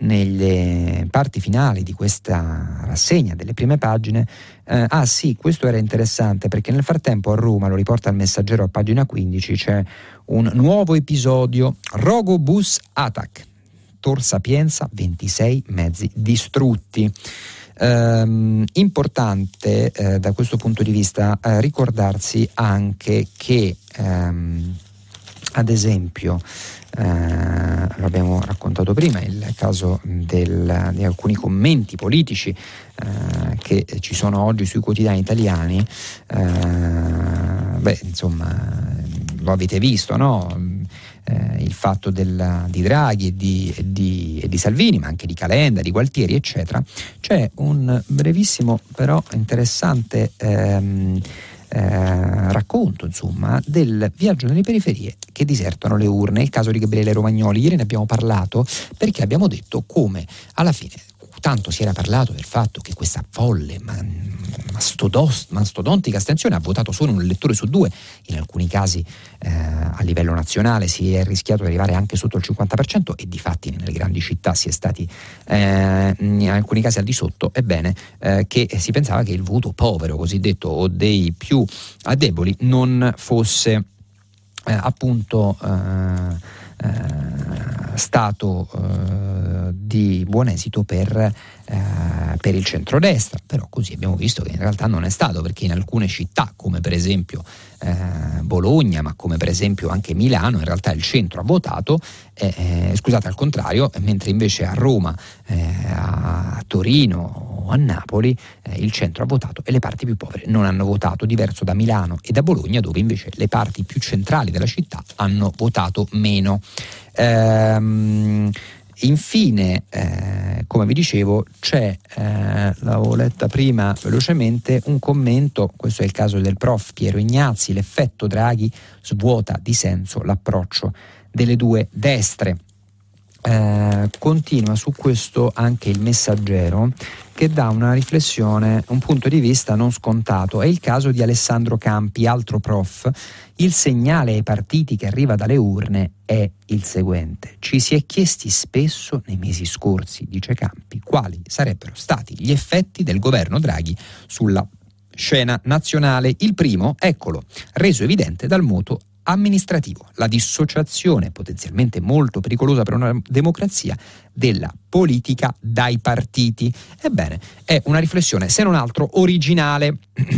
Speaker 2: nelle parti finali di questa rassegna delle prime pagine, eh, ah sì, questo era interessante, perché nel frattempo a Roma, lo riporta il Messaggero a pagina quindici, c'è un nuovo episodio: Rogo Bus Attack, Tor Sapienza, ventisei mezzi distrutti. Um, importante eh, da questo punto di vista eh, ricordarsi anche che um, ad esempio eh, lo abbiamo raccontato prima, il caso del, di alcuni commenti politici eh, che ci sono oggi sui quotidiani italiani. eh, beh insomma lo avete visto, no? Eh, il fatto del, di Draghi e di, e, di, e di Salvini, ma anche di Calenda, di Gualtieri, eccetera. C'è un brevissimo però interessante ehm, eh, racconto, insomma, del viaggio nelle periferie che disertano le urne. Il caso di Gabriele Romagnoli. Ieri ne abbiamo parlato perché abbiamo detto come alla fine tanto si era parlato del fatto che questa folle mastodontica astensione ha votato solo un elettore su due. In alcuni casi eh, a livello nazionale si è rischiato di arrivare anche sotto il cinquanta per cento, e difatti nelle grandi città si è stati eh, in alcuni casi al di sotto. Ebbene, eh, che si pensava che il voto povero cosiddetto, o dei più deboli, non fosse eh, appunto eh, Uh, stato uh, di buon esito per, uh, per il centrodestra. Però così abbiamo visto che in realtà non è stato, perché in alcune città come per esempio uh, Bologna, ma come per esempio anche Milano, in realtà il centro ha votato eh, eh, scusate al contrario, mentre invece a Roma, eh, a Torino a Napoli eh, il centro ha votato e le parti più povere non hanno votato, diverso da Milano e da Bologna, dove invece le parti più centrali della città hanno votato meno. Ehm, Infine, eh, come vi dicevo, c'è, eh, l'avevo letta prima velocemente, un commento, questo è il caso del prof Piero Ignazzi: l'effetto Draghi svuota di senso l'approccio delle due destre. Eh, continua su questo anche il Messaggero, che dà una riflessione, un punto di vista non scontato. È il caso di Alessandro Campi, altro prof. Il segnale ai partiti che arriva dalle urne è il seguente: ci si è chiesti spesso nei mesi scorsi, dice Campi, quali sarebbero stati gli effetti del governo Draghi sulla scena nazionale. Il primo, eccolo, reso evidente dal moto amministrativo: la dissociazione potenzialmente molto pericolosa per una democrazia della politica dai partiti. Ebbene, è una riflessione se non altro originale.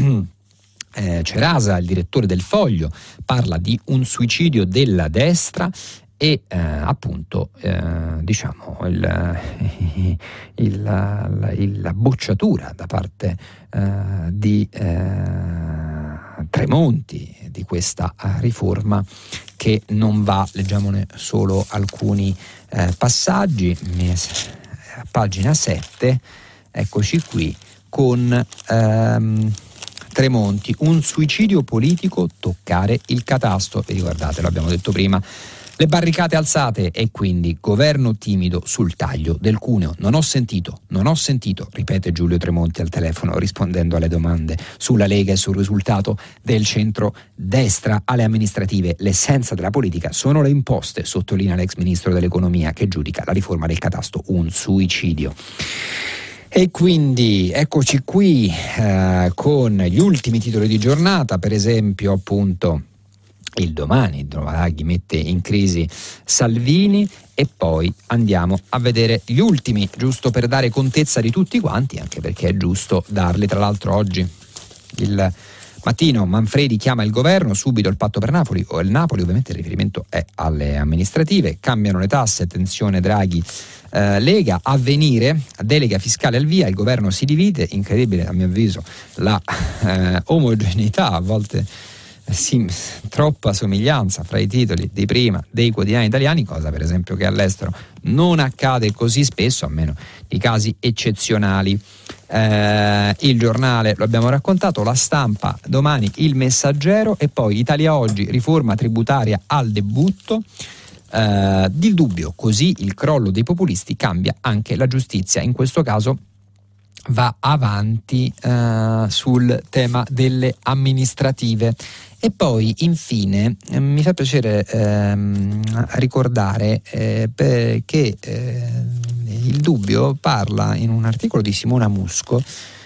Speaker 2: eh, Cerasa, il direttore del Foglio, parla di un suicidio della destra e eh, appunto eh, diciamo il, il, la, la bocciatura da parte eh, di eh, Tremonti di questa riforma, che non va. Leggiamone solo alcuni eh, passaggi. A pagina sette, eccoci qui, con ehm, Tremonti: un suicidio politico, toccare il catasto. Vi ricordate, l'abbiamo detto prima, le barricate alzate e quindi governo timido sul taglio del cuneo. Non ho sentito, non ho sentito, ripete Giulio Tremonti al telefono rispondendo alle domande sulla Lega e sul risultato del centro-destra alle amministrative. L'essenza della politica sono le imposte, sottolinea l'ex ministro dell'economia, che giudica la riforma del catasto un suicidio. E quindi eccoci qui eh, con gli ultimi titoli di giornata, per esempio appunto il Domani, Draghi mette in crisi Salvini, e poi andiamo a vedere gli ultimi, giusto per dare contezza di tutti quanti, anche perché è giusto darli. Tra l'altro oggi il Mattino, Manfredi chiama il governo, subito il patto per Napoli, o il Napoli, ovviamente il riferimento è alle amministrative, cambiano le tasse, attenzione Draghi, eh, Lega, Avvenire, delega fiscale al via, il governo si divide, incredibile a mio avviso la eh, omogeneità, a volte sì, troppa somiglianza fra i titoli di prima dei quotidiani italiani, cosa per esempio che all'estero non accade così spesso, a meno di casi eccezionali. Eh, il Giornale lo abbiamo raccontato, La Stampa, Domani, Il Messaggero, e poi Italia Oggi, riforma tributaria al debutto. Eh, di dubbio, così il crollo dei populisti cambia anche la giustizia. In questo caso va avanti eh, sul tema delle amministrative. E poi infine eh, mi fa piacere ehm, ricordare eh, che eh, il Dubbio parla in un articolo di Simona Musco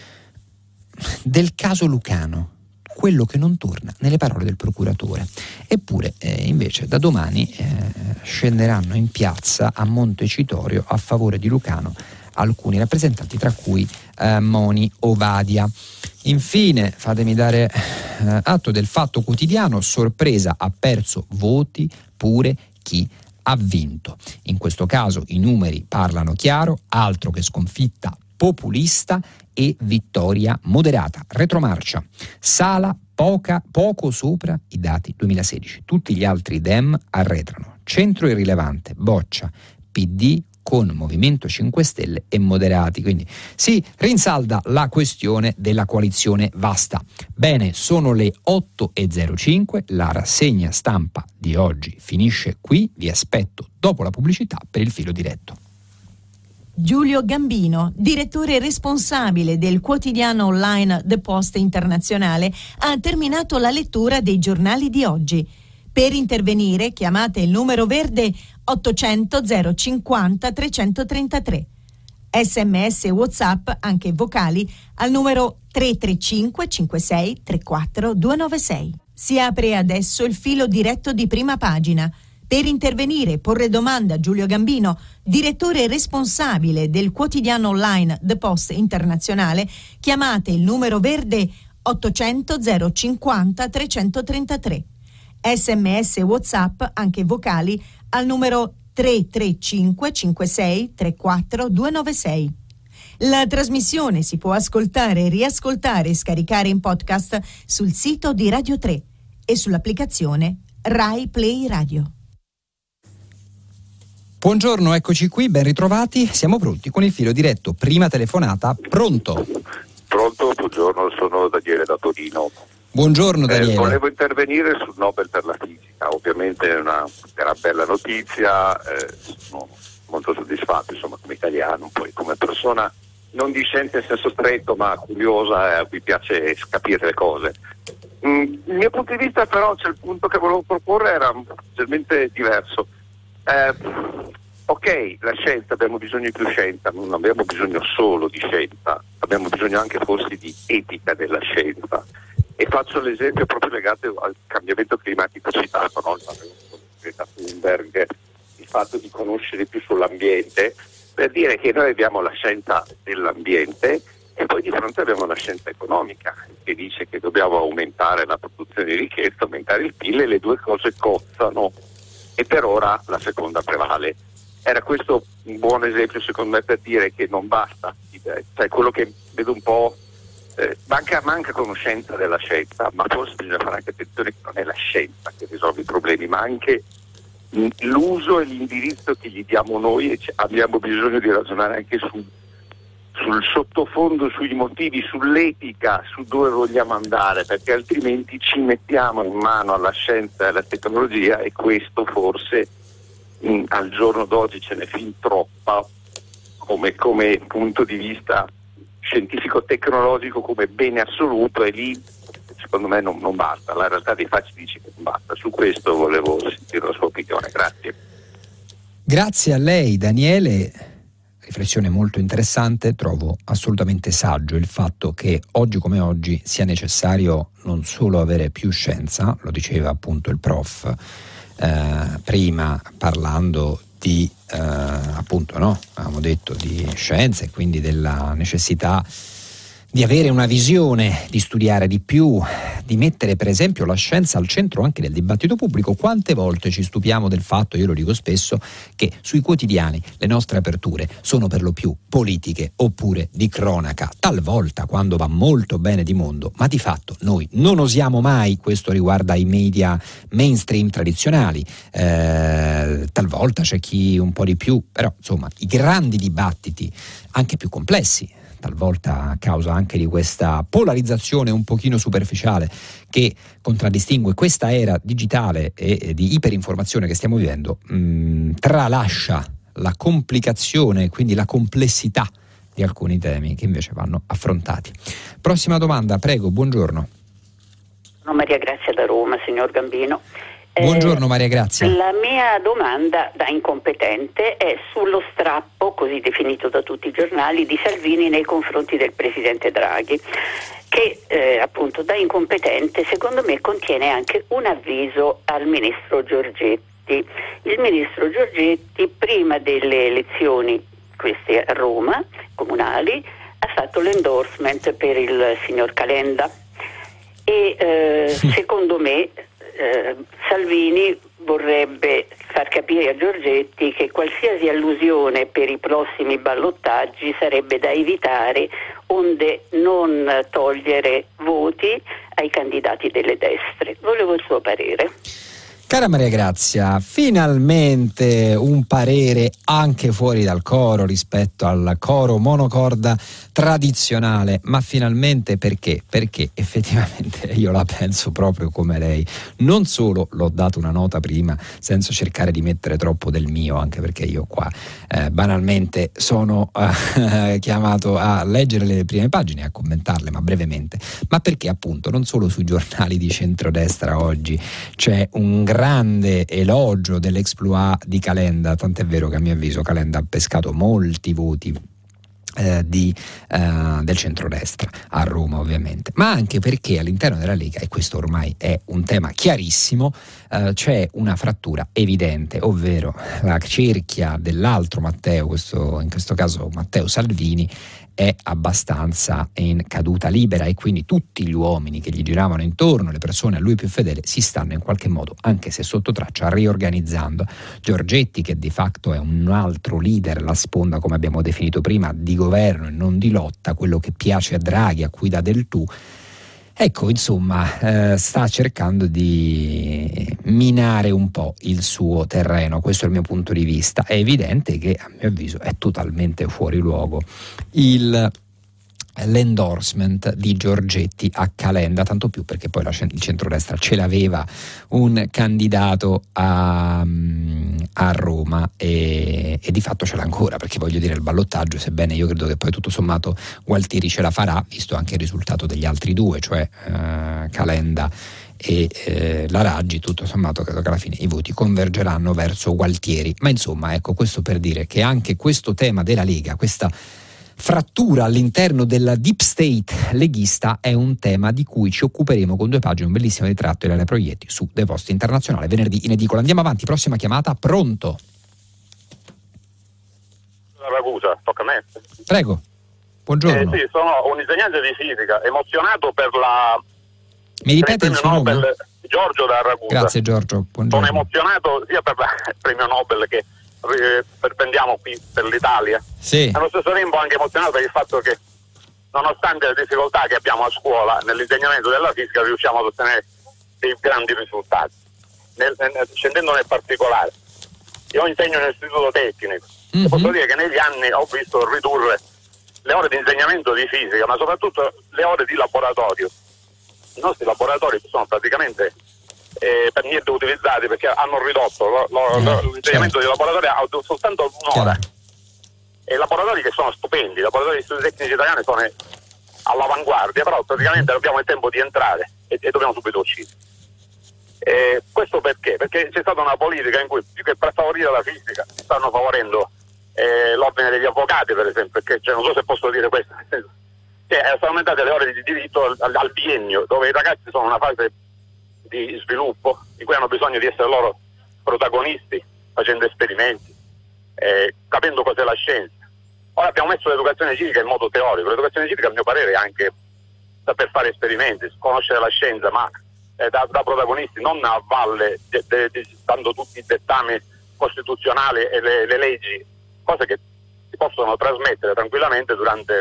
Speaker 2: del caso Lucano, quello che non torna, nelle parole del procuratore. Eppure eh, invece da domani eh, scenderanno in piazza a Montecitorio a favore di Lucano alcuni rappresentanti, tra cui eh, Moni Ovadia. Infine fatemi dare eh, atto del Fatto Quotidiano: sorpresa, ha perso voti pure chi ha vinto. In questo caso i numeri parlano chiaro, altro che sconfitta populista e vittoria moderata. Retromarcia, Sala poca, poco sopra i dati duemilasedici, tutti gli altri Dem arretrano. Centro irrilevante, Boccia, P D con Movimento cinque Stelle e moderati, quindi si rinsalda la questione della coalizione vasta. Bene, sono le otto e zero cinque, la rassegna stampa di oggi finisce qui, vi aspetto dopo la pubblicità per il filo diretto.
Speaker 1: Giulio Gambino, direttore responsabile del quotidiano online The Post Internazionale, ha terminato la lettura dei giornali di oggi. Per intervenire chiamate il numero verde ottocento zero cinquanta trecentotrentatré. Sms e WhatsApp, anche vocali, al numero tre tre cinque cinque sei tre quattro due nove sei. Si apre adesso il filo diretto di Prima Pagina. Per intervenire e porre domanda a Giulio Gambino, direttore responsabile del quotidiano online The Post Internazionale, chiamate il numero verde ottocento zero cinquanta trecentotrentatré. Sms e WhatsApp, anche vocali, al numero tre tre cinque cinque sei tre quattro due nove sei. La trasmissione si può ascoltare, riascoltare e scaricare in podcast sul sito di Radio tre e sull'applicazione Rai Play Radio.
Speaker 2: Buongiorno, eccoci qui, ben ritrovati. Siamo pronti con il filo diretto. Prima telefonata, pronto?
Speaker 3: Pronto, buongiorno, sono Daniele da Torino.
Speaker 2: Buongiorno Daniele.
Speaker 3: Eh, volevo intervenire sul Nobel per la fisica, ovviamente è una, una bella notizia, eh, sono molto soddisfatto insomma come italiano, poi come persona non di scienza in senso stretto ma curiosa, eh, a cui piace capire le cose. Mm, il mio punto di vista però, cioè, il punto che volevo proporre era leggermente diverso. Eh, ok, la scienza, abbiamo bisogno di più scienza, non abbiamo bisogno solo di scienza, abbiamo bisogno anche forse di etica della scienza, e faccio l'esempio proprio legato al cambiamento climatico citato, no? Greta Thunberg, il fatto di conoscere più sull'ambiente, per dire che noi abbiamo la scienza dell'ambiente e poi di fronte abbiamo la scienza economica che dice che dobbiamo aumentare la produzione di ricchezza, aumentare il P I L, e le due cose cozzano e per ora la seconda prevale. Era questo un buon esempio secondo me per dire che non basta, cioè quello che vedo un po' eh, manca, manca conoscenza della scienza, ma forse bisogna fare anche attenzione che non è la scienza che risolve i problemi, ma anche l'uso e l'indirizzo che gli diamo noi, e abbiamo bisogno di ragionare anche su, sul sottofondo, sui motivi, sull'etica, su dove vogliamo andare, perché altrimenti ci mettiamo in mano alla scienza e alla tecnologia, e questo forse mh, al giorno d'oggi ce n'è fin troppa come, come punto di vista scientifico-tecnologico, come bene assoluto, e lì secondo me non, non basta. La realtà dei fatti dice che non basta. Su questo volevo sentire la sua opinione. Grazie.
Speaker 2: Grazie a lei Daniele. Riflessione molto interessante. Trovo assolutamente saggio il fatto che oggi come oggi sia necessario non solo avere più scienza, lo diceva appunto il prof eh, prima parlando di eh, appunto no, avevamo detto di scienza e quindi della necessità di avere una visione, di studiare di più, di mettere per esempio la scienza al centro anche del dibattito pubblico. Quante volte ci stupiamo del fatto, io lo dico spesso, che sui quotidiani le nostre aperture sono per lo più politiche oppure di cronaca, talvolta quando va molto bene di mondo, ma di fatto noi non osiamo mai, questo riguarda i media mainstream tradizionali, eh, talvolta c'è chi un po' di più, però insomma i grandi dibattiti anche più complessi, talvolta a causa anche di questa polarizzazione un pochino superficiale che contraddistingue questa era digitale e di iperinformazione che stiamo vivendo, mh, tralascia la complicazione, quindi la complessità di alcuni temi che invece vanno affrontati. Prossima domanda, prego, buongiorno.
Speaker 4: Sono Maria Grazia da Roma, signor Gambino.
Speaker 2: Buongiorno Maria Grazia.
Speaker 4: La mia domanda da incompetente è sullo strappo, così definito da tutti i giornali, di Salvini nei confronti del presidente Draghi, che eh, appunto da incompetente secondo me contiene anche un avviso al ministro Giorgetti. Il ministro Giorgetti prima delle elezioni, queste a Roma, comunali, ha fatto l'endorsement per il signor Calenda e eh, secondo me Eh, Salvini vorrebbe far capire a Giorgetti che qualsiasi allusione per i prossimi ballottaggi sarebbe da evitare, onde non togliere voti ai candidati delle destre. Volevo il suo parere.
Speaker 2: Cara Maria Grazia, finalmente un parere anche fuori dal coro rispetto al coro monocorda tradizionale, ma finalmente perché? Perché effettivamente io la penso proprio come lei. Non solo l'ho dato una nota prima senza cercare di mettere troppo del mio, anche perché io qua eh, banalmente sono eh, chiamato a leggere le prime pagine e a commentarle, ma brevemente, ma perché appunto non solo sui giornali di centrodestra oggi c'è un grande elogio dell'exploit di Calenda, tant'è vero che a mio avviso Calenda ha pescato molti voti Eh, di, eh, del centrodestra a Roma ovviamente, ma anche perché all'interno della Lega, e questo ormai è un tema chiarissimo, eh, c'è una frattura evidente, ovvero la cerchia dell'altro Matteo, questo, in questo caso Matteo Salvini, è abbastanza in caduta libera, e quindi tutti gli uomini che gli giravano intorno, le persone a lui più fedeli, si stanno in qualche modo, anche se sotto traccia, riorganizzando. Giorgetti, che di facto è un altro leader, la sponda, come abbiamo definito prima, di governo e non di lotta, quello che piace a Draghi, a cui dà del tu, ecco, insomma, eh, sta cercando di minare un po' il suo terreno. Questo è il mio punto di vista. È evidente che, a mio avviso, è totalmente fuori luogo il l'endorsement di Giorgetti a Calenda, tanto più perché poi la, il centrodestra ce l'aveva un candidato a, a Roma e, e di fatto ce l'ha ancora, perché voglio dire, il ballottaggio, sebbene io credo che poi tutto sommato Gualtieri ce la farà, visto anche il risultato degli altri due, cioè eh, Calenda e eh, la Raggi, tutto sommato credo che alla fine i voti convergeranno verso Gualtieri. Ma insomma, ecco, questo per dire che anche questo tema della Lega, questa frattura all'interno della deep state leghista, è un tema di cui ci occuperemo con due pagine, un bellissimo ritratto di Ilaria Proietti su The Post Internazionale, venerdì in edicola. Andiamo avanti, prossima chiamata, pronto?
Speaker 5: Ragusa, tocca a me.
Speaker 2: Prego, buongiorno.
Speaker 5: Eh, sì, sono un insegnante di fisica, emozionato per la...
Speaker 2: Mi ripete il suo
Speaker 5: Nobel,
Speaker 2: nome?
Speaker 5: Giorgio da Ragusa.
Speaker 2: Grazie Giorgio, buongiorno.
Speaker 5: Sono emozionato sia per il premio Nobel che prendiamo qui per l'Italia.
Speaker 2: Sì.
Speaker 5: Allo stesso tempo anche emozionato per il fatto che, nonostante le difficoltà che abbiamo a scuola nell'insegnamento della fisica, riusciamo ad ottenere dei grandi risultati. Nel, nel, scendendo nel particolare, io insegno in un istituto tecnico, mm-hmm. e posso dire che negli anni ho visto ridurre le ore di insegnamento di fisica, ma soprattutto le ore di laboratorio. I nostri laboratori sono praticamente eh, per niente utilizzati, perché hanno ridotto lo, lo, mm, l'insegnamento certo. di laboratorio a soltanto un'ora. Certo. E laboratori che sono stupendi, i laboratori di studi tecnici italiani sono all'avanguardia, però praticamente abbiamo il tempo di entrare e, e dobbiamo subito uscire. E questo perché? Perché c'è stata una politica in cui, più che per favorire la fisica, stanno favorendo eh, l'ordine degli avvocati, per esempio, perché cioè, non so se posso dire questo, cioè, sono aumentate le ore di diritto al, al biennio, dove i ragazzi sono in una fase di sviluppo in cui hanno bisogno di essere loro protagonisti, facendo esperimenti, eh, capendo cos'è la scienza. Ora abbiamo messo l'educazione civica in modo teorico. L'educazione civica, a mio parere, è anche saper fare esperimenti, conoscere la scienza, ma eh, da, da protagonisti, non a valle, de, de, de, dando tutti i dettami costituzionali e le, le leggi, cose che si possono trasmettere tranquillamente durante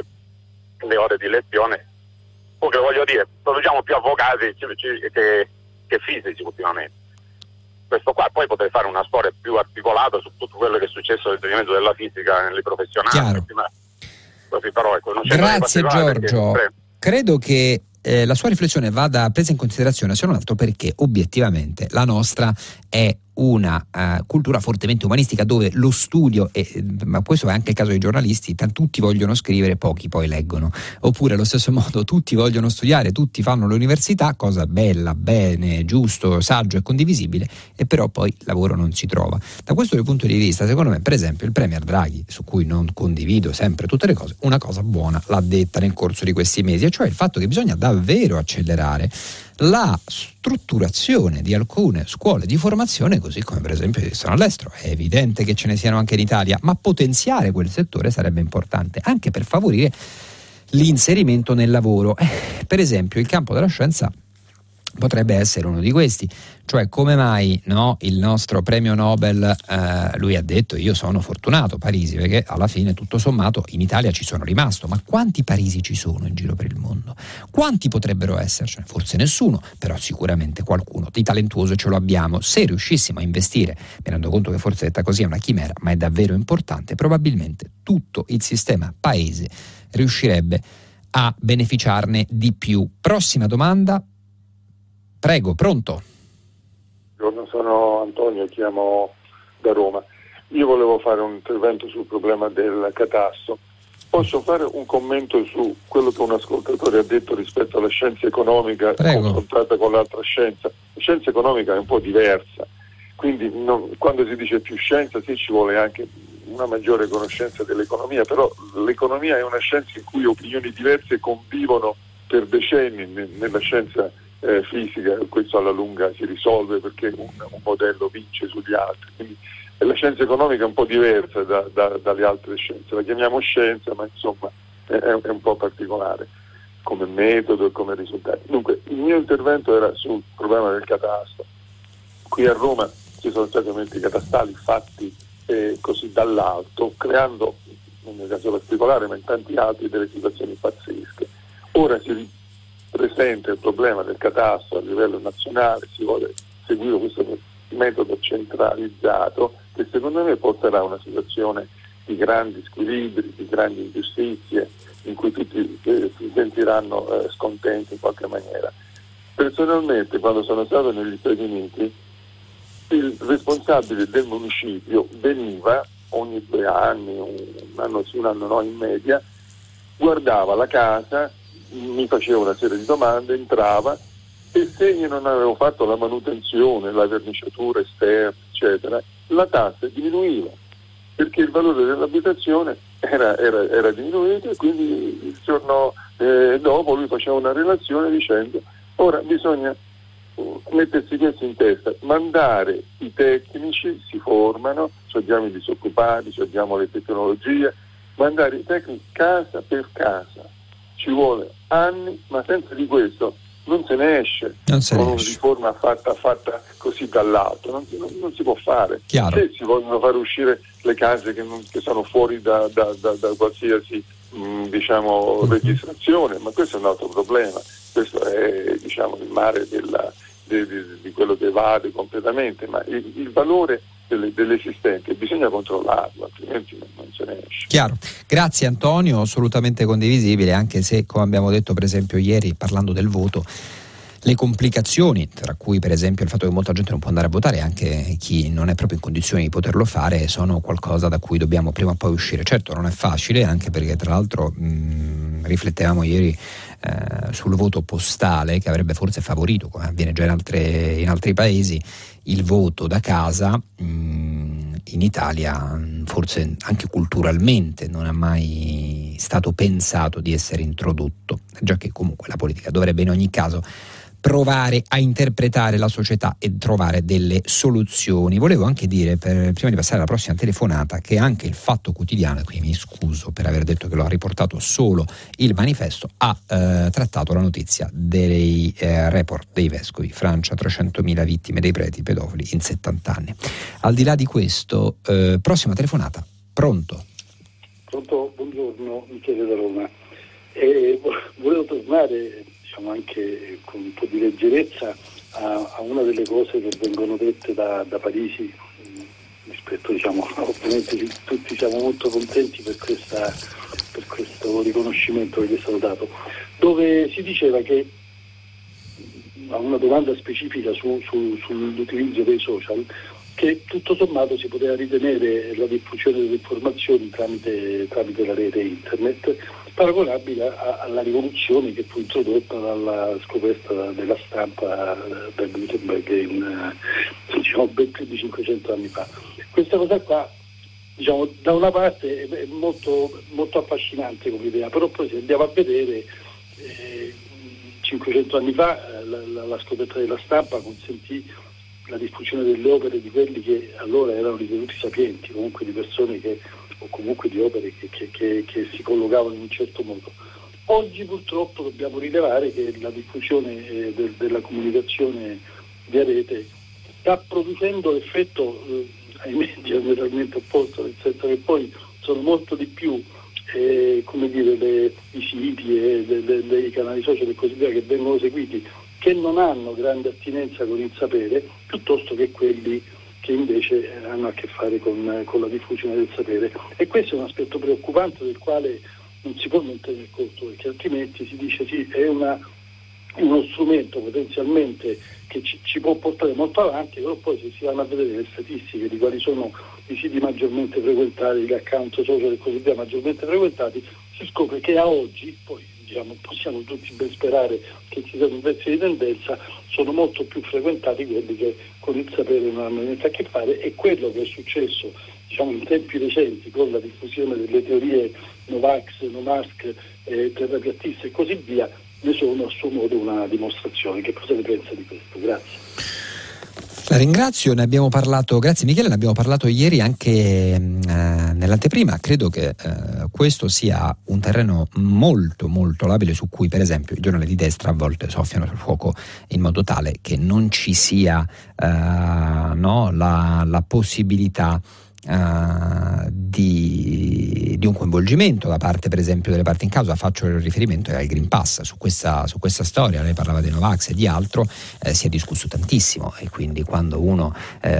Speaker 5: le ore di lezione. Comunque, voglio dire, produciamo più avvocati che, che fisici ultimamente. Questo qua, poi potrei fare una storia più articolata su tutto quello che è successo nell'insegnamento della fisica nelle professionali. Ma così, però, ecco, non c'è
Speaker 2: Grazie Giorgio.
Speaker 5: Perché...
Speaker 2: Credo che eh, la sua riflessione vada presa in considerazione, se non altro perché obiettivamente la nostra è una uh, cultura fortemente umanistica, dove lo studio, e, ma questo è anche il caso dei giornalisti, t- tutti vogliono scrivere, pochi poi leggono, oppure allo stesso modo tutti vogliono studiare, tutti fanno l'università, cosa bella, bene, giusto, saggio e condivisibile, e però poi lavoro non si trova. Da questo punto di vista, secondo me, per esempio, il premier Draghi, su cui non condivido sempre tutte le cose, una cosa buona l'ha detta nel corso di questi mesi, e cioè il fatto che bisogna davvero accelerare la strutturazione di alcune scuole di formazione, così come per esempio esistono all'estero. È evidente che ce ne siano anche in Italia, ma potenziare quel settore sarebbe importante anche per favorire l'inserimento nel lavoro. Eh, per esempio il campo della scienza potrebbe essere uno di questi, cioè come mai no, il nostro premio Nobel, eh, lui ha detto io sono fortunato, Parisi, perché alla fine tutto sommato in Italia ci sono rimasto, ma quanti Parisi ci sono in giro per il mondo? Quanti potrebbero essercene? Forse nessuno, però sicuramente qualcuno di talentuoso ce lo abbiamo. Se riuscissimo a investire, mi rendo conto che forse detta così è una chimera, ma è davvero importante, probabilmente tutto il sistema paese riuscirebbe a beneficiarne di più. Prossima domanda. Prego, pronto?
Speaker 6: Buongiorno, sono Antonio, chiamo da Roma. Io volevo fare un intervento sul problema del catasto. Posso fare un commento su quello che un ascoltatore ha detto rispetto alla scienza economica Prego. confrontata con l'altra scienza? La scienza economica è un po' diversa, quindi non, quando si dice più scienza sì ci vuole anche una maggiore conoscenza dell'economia, però l'economia è una scienza in cui opinioni diverse convivono per decenni. Nella scienza Eh, fisica questo alla lunga si risolve perché un, un modello vince sugli altri, quindi la scienza economica è un po' diversa da, da, dalle altre scienze, la chiamiamo scienza ma insomma è, è un po' particolare come metodo e come risultati. Dunque, il mio intervento era sul problema del catasto. Qui a Roma ci sono stati aumenti catastali fatti eh, così dall'alto, creando, nel mio caso particolare, ma in tanti altri, delle situazioni pazzesche. Ora si ripresenta il problema del catasto a livello nazionale, si vuole seguire questo metodo centralizzato che secondo me porterà a una situazione di grandi squilibri, di grandi ingiustizie, in cui tutti eh, si sentiranno eh, scontenti in qualche maniera. Personalmente, quando sono stato negli Stati Uniti, il responsabile del municipio veniva ogni due anni, un anno sì, un anno no, in media, guardava la casa, mi faceva una serie di domande, entrava, e se io non avevo fatto la manutenzione, la verniciatura esterna, eccetera, la tassa diminuiva, perché il valore dell'abitazione era, era, era diminuito, e quindi il giorno eh, dopo lui faceva una relazione dicendo: ora bisogna mettersi questo in testa, mandare i tecnici, si formano, ci abbiamo i disoccupati, ci abbiamo le tecnologie, mandare i tecnici casa per casa, ci vuole anni, ma senza di questo non se ne esce,
Speaker 2: non se
Speaker 6: con
Speaker 2: ne
Speaker 6: una
Speaker 2: esce.
Speaker 6: riforma fatta, fatta così dall'alto, non, non, non si può fare.
Speaker 2: Chiaro.
Speaker 6: Se si vogliono fare uscire le case che, non, che sono fuori da, da, da, da qualsiasi mh, diciamo
Speaker 2: Mm-hmm.
Speaker 6: registrazione, ma questo è un altro problema, questo è diciamo il mare della, di, di, di quello che evade completamente, ma il, il valore delle, dell'esistente bisogna controllarlo, altrimenti non, non se ne esce.
Speaker 2: Chiaro. Grazie Antonio, assolutamente condivisibile, anche se, come abbiamo detto per esempio ieri parlando del voto, le complicazioni, tra cui per esempio il fatto che molta gente non può andare a votare, anche chi non è proprio in condizioni di poterlo fare, sono qualcosa da cui dobbiamo prima o poi uscire. Certo non è facile, anche perché tra l'altro mh, riflettevamo ieri eh, sul voto postale, che avrebbe forse favorito, come avviene già in, altre, in altri paesi, il voto da casa. Mh, in Italia forse anche culturalmente non ha mai stato pensato di essere introdotto, già che comunque la politica dovrebbe in ogni caso provare a interpretare la società e trovare delle soluzioni. Volevo anche dire, per, prima di passare alla prossima telefonata, che anche il Fatto Quotidiano, e quindi mi scuso per aver detto che lo ha riportato solo il Manifesto, ha eh, trattato la notizia dei eh, report dei vescovi. Francia, trecentomila vittime dei preti pedofili in settanta anni. Al di là di questo, eh, prossima telefonata. Pronto?
Speaker 7: Pronto, buongiorno, Michele da Roma. Eh, volevo tornare, diciamo, anche con un po' di leggerezza a, a una delle cose che vengono dette da, da Parisi, mh, rispetto, diciamo, ovviamente tutti siamo molto contenti per, questa, per questo riconoscimento che gli è stato dato, dove si diceva che, a una domanda specifica su, su, sull'utilizzo dei social, che tutto sommato si poteva ritenere la diffusione delle informazioni tramite, tramite la rete internet paragonabile a, alla rivoluzione che fu introdotta dalla scoperta della stampa da Gutenberg in, diciamo, ben più di cinquecento anni fa. Questa cosa qua, diciamo, da una parte è molto, molto affascinante come idea, però poi se andiamo a vedere eh, cinquecento anni fa la, la, la scoperta della stampa consentì la diffusione delle opere di quelli che allora erano ritenuti sapienti, comunque di persone che, o comunque di opere che, che, che, che si collocavano in un certo modo. Oggi purtroppo dobbiamo rilevare che la diffusione eh, del, della comunicazione via rete sta producendo l'effetto eh, ahimè diametralmente opposto, nel senso che poi sono molto di più eh, come dire, le, i siti e le, le, le, i canali social e così via che vengono seguiti, che non hanno grande attinenza con il sapere, piuttosto che quelli che invece hanno a che fare con, con la diffusione del sapere. E questo è un aspetto preoccupante del quale non si può non tener conto, perché altrimenti si dice sì, è una, uno strumento potenzialmente che ci, ci può portare molto avanti, però poi se si vanno a vedere le statistiche di quali sono i siti maggiormente frequentati, gli account social e così via maggiormente frequentati, si scopre che a oggi, poi diciamo, possiamo tutti ben sperare che ci siano pezzi di tendenza, sono molto più frequentati quelli che con il sapere non hanno niente a che fare, e quello che è successo, diciamo, in tempi recenti con la diffusione delle teorie Novax, Nomask, eh, terrapiattiste e così via, ne sono a suo modo una dimostrazione. Che cosa ne pensa di questo? Grazie.
Speaker 2: La ringrazio, ne abbiamo parlato, grazie Michele, ne abbiamo parlato ieri anche eh, nell'anteprima. Credo che eh, questo sia un terreno molto molto labile su cui per esempio i giornali di destra a volte soffiano sul fuoco in modo tale che non ci sia eh, no, la, la possibilità Uh, di, di un coinvolgimento da parte per esempio delle parti in causa. Faccio il riferimento al Green Pass. Su questa, su questa storia, lei parlava dei Novax e di altro, eh, si è discusso tantissimo, e quindi quando uno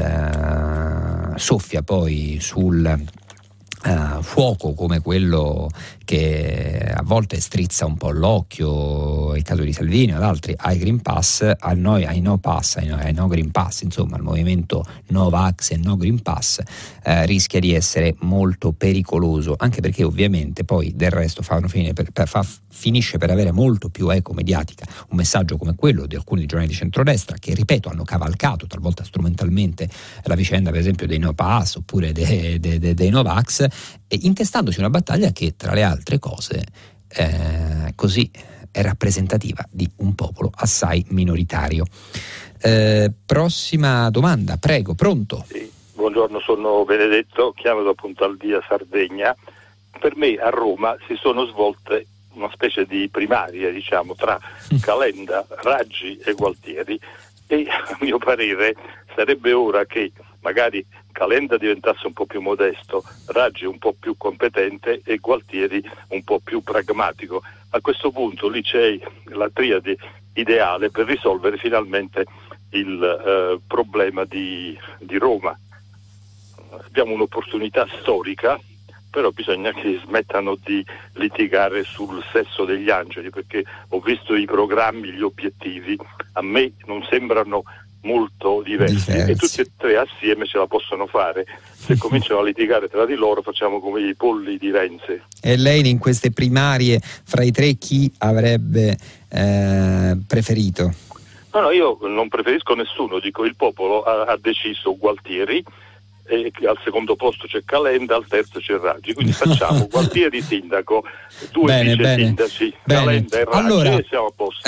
Speaker 2: eh, soffia poi sul Uh, fuoco come quello che a volte strizza un po' l'occhio, il caso di Salvini o ad altri, ai Green Pass, a noi, ai no pass, ai no, ai no Green Pass, insomma il movimento no vax e no Green Pass uh, rischia di essere molto pericoloso, anche perché ovviamente poi del resto fanno finire per, per, fa, finisce per avere molto più eco mediatica un messaggio come quello di alcuni giornali di centrodestra che, ripeto, hanno cavalcato talvolta strumentalmente la vicenda per esempio dei no pass oppure dei, dei, dei, dei no vax, e intestandosi una battaglia che tra le altre cose eh, così è rappresentativa di un popolo assai minoritario. Eh, prossima domanda, prego, pronto?
Speaker 8: Sì, buongiorno, sono Benedetto, chiamo da Puntaldia, Sardegna. Per me a Roma si sono svolte una specie di primarie, diciamo, tra Calenda, Raggi e Gualtieri, e a mio parere sarebbe ora che magari Calenda diventasse un po' più modesto, Raggi un po' più competente e Gualtieri un po' più pragmatico. A questo punto lì c'è la triade ideale per risolvere finalmente il eh, problema di, di Roma. Abbiamo un'opportunità storica, però bisogna che smettano di litigare sul sesso degli angeli, perché ho visto i programmi, gli obiettivi, a me non sembrano molto diversi, diversi e tutti e tre assieme ce la possono fare. Se cominciano a litigare tra di loro facciamo come i polli di Renzi.
Speaker 2: E lei in queste primarie fra i tre chi avrebbe eh, preferito?
Speaker 8: No, no, io non preferisco nessuno, dico il popolo ha, ha deciso Gualtieri, e al secondo posto c'è Calenda, al terzo c'è Raggi, quindi facciamo Gualtieri sindaco, due
Speaker 2: bene,
Speaker 8: vice
Speaker 2: bene,
Speaker 8: sindaci,
Speaker 2: bene.
Speaker 8: Calenda e Raggi, allora, e siamo a posto.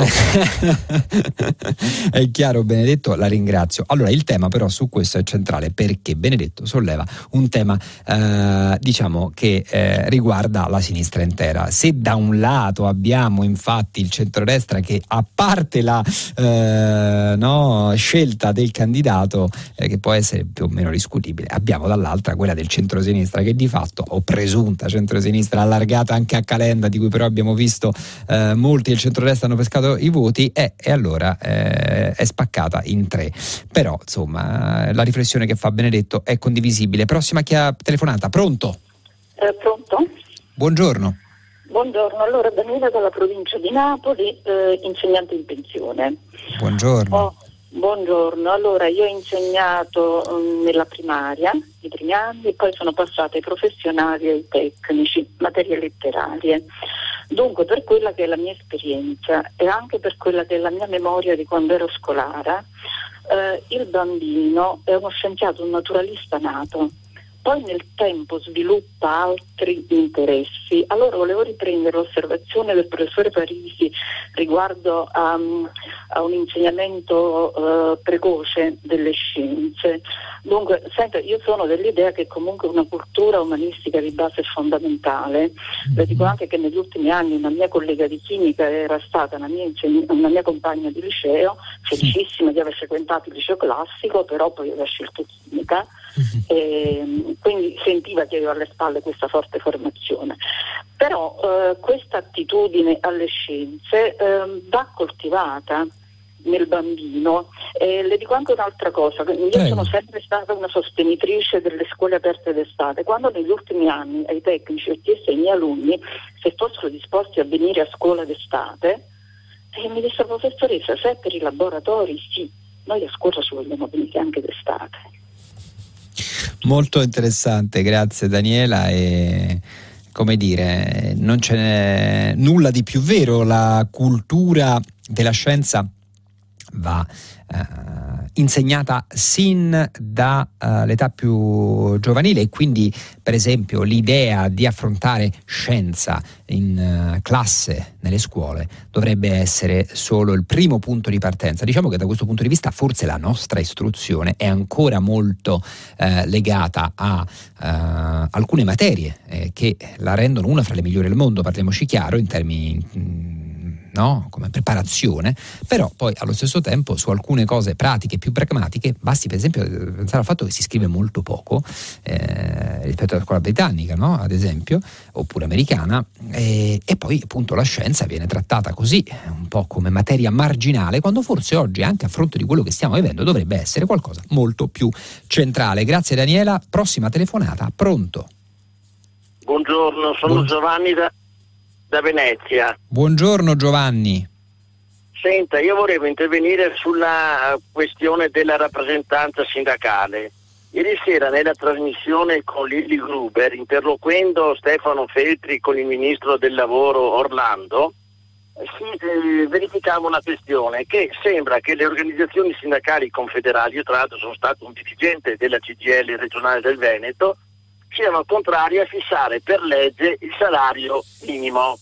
Speaker 2: È chiaro, Benedetto, la ringrazio. Allora il tema però su questo è centrale, perché Benedetto solleva un tema eh, diciamo che eh, riguarda la sinistra intera. Se da un lato abbiamo infatti il centrodestra che, a parte la eh, no, scelta del candidato eh, che può essere più o meno discutibile, abbiamo dall'altra quella del centrosinistra che di fatto, o presunta centrosinistra allargata anche a Calenda, di cui però abbiamo visto eh, molti del centrodestra hanno pescato i voti, e, e allora eh, è spaccata in tre. Però insomma la riflessione che fa Benedetto è condivisibile. Prossima chia- telefonata, pronto?
Speaker 9: Eh, pronto?
Speaker 2: Buongiorno.
Speaker 9: Buongiorno, allora Daniela dalla provincia di Napoli, eh, insegnante in pensione.
Speaker 2: Buongiorno.
Speaker 9: Oh, buongiorno, allora io ho insegnato um, nella primaria i primi anni, poi sono passata ai professionali e ai tecnici, materie letterarie. Dunque, per quella che è la mia esperienza e anche per quella che è la mia memoria di quando ero scolara, eh, il bambino è uno scienziato, un naturalista nato. Poi nel tempo sviluppa altri interessi. Allora volevo riprendere l'osservazione del professore Parisi riguardo a, a un insegnamento uh, precoce delle scienze. Dunque, senta, io sono dell'idea che comunque una cultura umanistica di base è fondamentale. Le dico anche che negli ultimi anni una mia collega di chimica era stata una mia, insegn- una mia compagna di liceo, felicissima di aver frequentato il liceo classico, però poi aveva scelto chimica. E, quindi sentiva che aveva alle spalle questa forte formazione, però eh, questa attitudine alle scienze eh, va coltivata nel bambino. E le dico anche un'altra cosa, io Prego. sono sempre stata una sostenitrice delle scuole aperte d'estate. Quando negli ultimi anni ai tecnici ho chiesto ai miei alunni se fossero disposti a venire a scuola d'estate, e mi dissero: professoressa, se è per i laboratori sì, noi a scuola ci vogliamo venire anche d'estate.
Speaker 2: Molto interessante, grazie Daniela. E come dire, non ce n'è nulla di più vero, la cultura della scienza va eh, insegnata sin dall'età più giovanile, e quindi per esempio l'idea di affrontare scienza in uh, classe nelle scuole dovrebbe essere solo il primo punto di partenza. Diciamo che da questo punto di vista forse la nostra istruzione è ancora molto eh, legata a uh, alcune materie eh, che la rendono una fra le migliori del mondo, parliamoci chiaro, in termini mh, no? come preparazione, però poi allo stesso tempo su alcune cose pratiche più pragmatiche basti per esempio pensare al fatto che si scrive molto poco eh, rispetto alla scuola britannica, no? ad esempio, oppure americana, e, e poi appunto la scienza viene trattata così un po' come materia marginale, quando forse oggi, anche a fronte di quello che stiamo vivendo, dovrebbe essere qualcosa molto più centrale. Grazie Daniela. Prossima telefonata. Pronto?
Speaker 10: Buongiorno, sono
Speaker 2: Buon...
Speaker 10: Giovanni da da Venezia.
Speaker 2: Buongiorno Giovanni.
Speaker 10: Senta, io volevo intervenire sulla questione della rappresentanza sindacale. Ieri sera nella trasmissione con Lilli Gruber, interloquendo Stefano Feltri con il ministro del lavoro Orlando, si eh, verificava una questione, che sembra che le organizzazioni sindacali confederali, io tra l'altro sono stato un dirigente della C G I L regionale del Veneto, siano contrari a fissare per legge il salario minimo.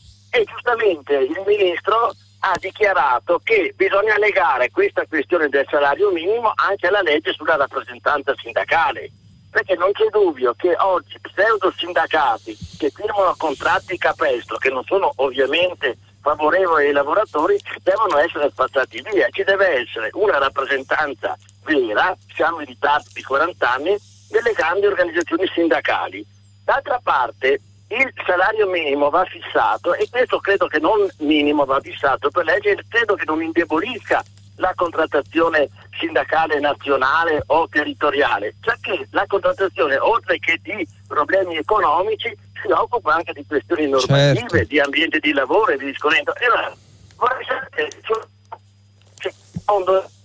Speaker 10: E giustamente il ministro ha dichiarato che bisogna legare questa questione del salario minimo anche alla legge sulla rappresentanza sindacale, perché non c'è dubbio che oggi pseudo sindacati che firmano contratti capestro, che non sono ovviamente favorevoli ai lavoratori, devono essere spazzati via. Ci deve essere una rappresentanza vera, siamo in ritardo di quaranta anni, delle grandi organizzazioni sindacali. D'altra parte il salario minimo va fissato, e questo credo che non minimo va fissato per legge, e credo che non indebolisca la contrattazione sindacale nazionale o territoriale, cioè che la contrattazione, oltre che di problemi economici, si occupa anche di questioni normative, certo, di ambiente di lavoro e di discorrendo. E allora vorrei sapere, secondo il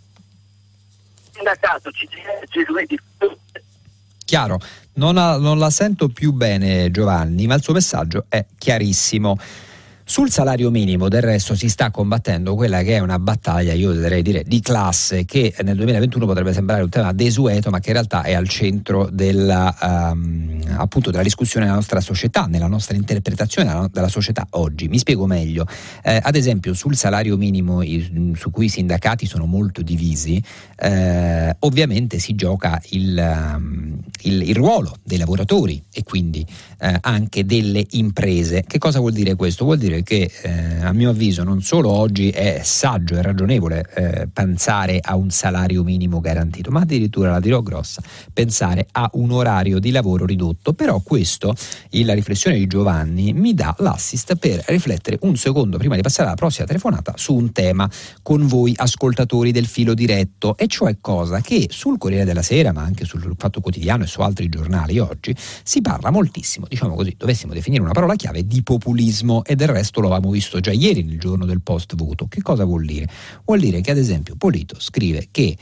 Speaker 10: sindacato C G I L di
Speaker 2: Chiaro, non, ha, non la sento più bene Giovanni, ma il suo messaggio è chiarissimo. Sul salario minimo del resto si sta combattendo quella che è una battaglia, io oserei dire, di classe, che nel duemilaventuno potrebbe sembrare un tema desueto, ma che in realtà è al centro della, um, appunto della discussione nella nostra società, nella nostra interpretazione della, della società oggi. Mi spiego meglio. Eh, ad esempio sul salario minimo, i, su cui i sindacati sono molto divisi, eh, ovviamente si gioca il, um, il, il ruolo dei lavoratori e quindi eh, anche delle imprese. Che cosa vuol dire questo? Vuol dire che eh, a mio avviso non solo oggi è saggio e ragionevole eh, pensare a un salario minimo garantito, ma addirittura, la dirò grossa, pensare a un orario di lavoro ridotto. Però questo, la riflessione di Giovanni, mi dà l'assist per riflettere un secondo prima di passare alla prossima telefonata su un tema con voi ascoltatori del Filo Diretto, e cioè cosa che sul Corriere della Sera, ma anche sul Fatto Quotidiano e su altri giornali oggi si parla moltissimo, diciamo così, dovessimo definire una parola chiave, di populismo, e del resto lo avevamo visto già ieri nel giorno del post voto. Che cosa vuol dire? Vuol dire che ad esempio Polito scrive che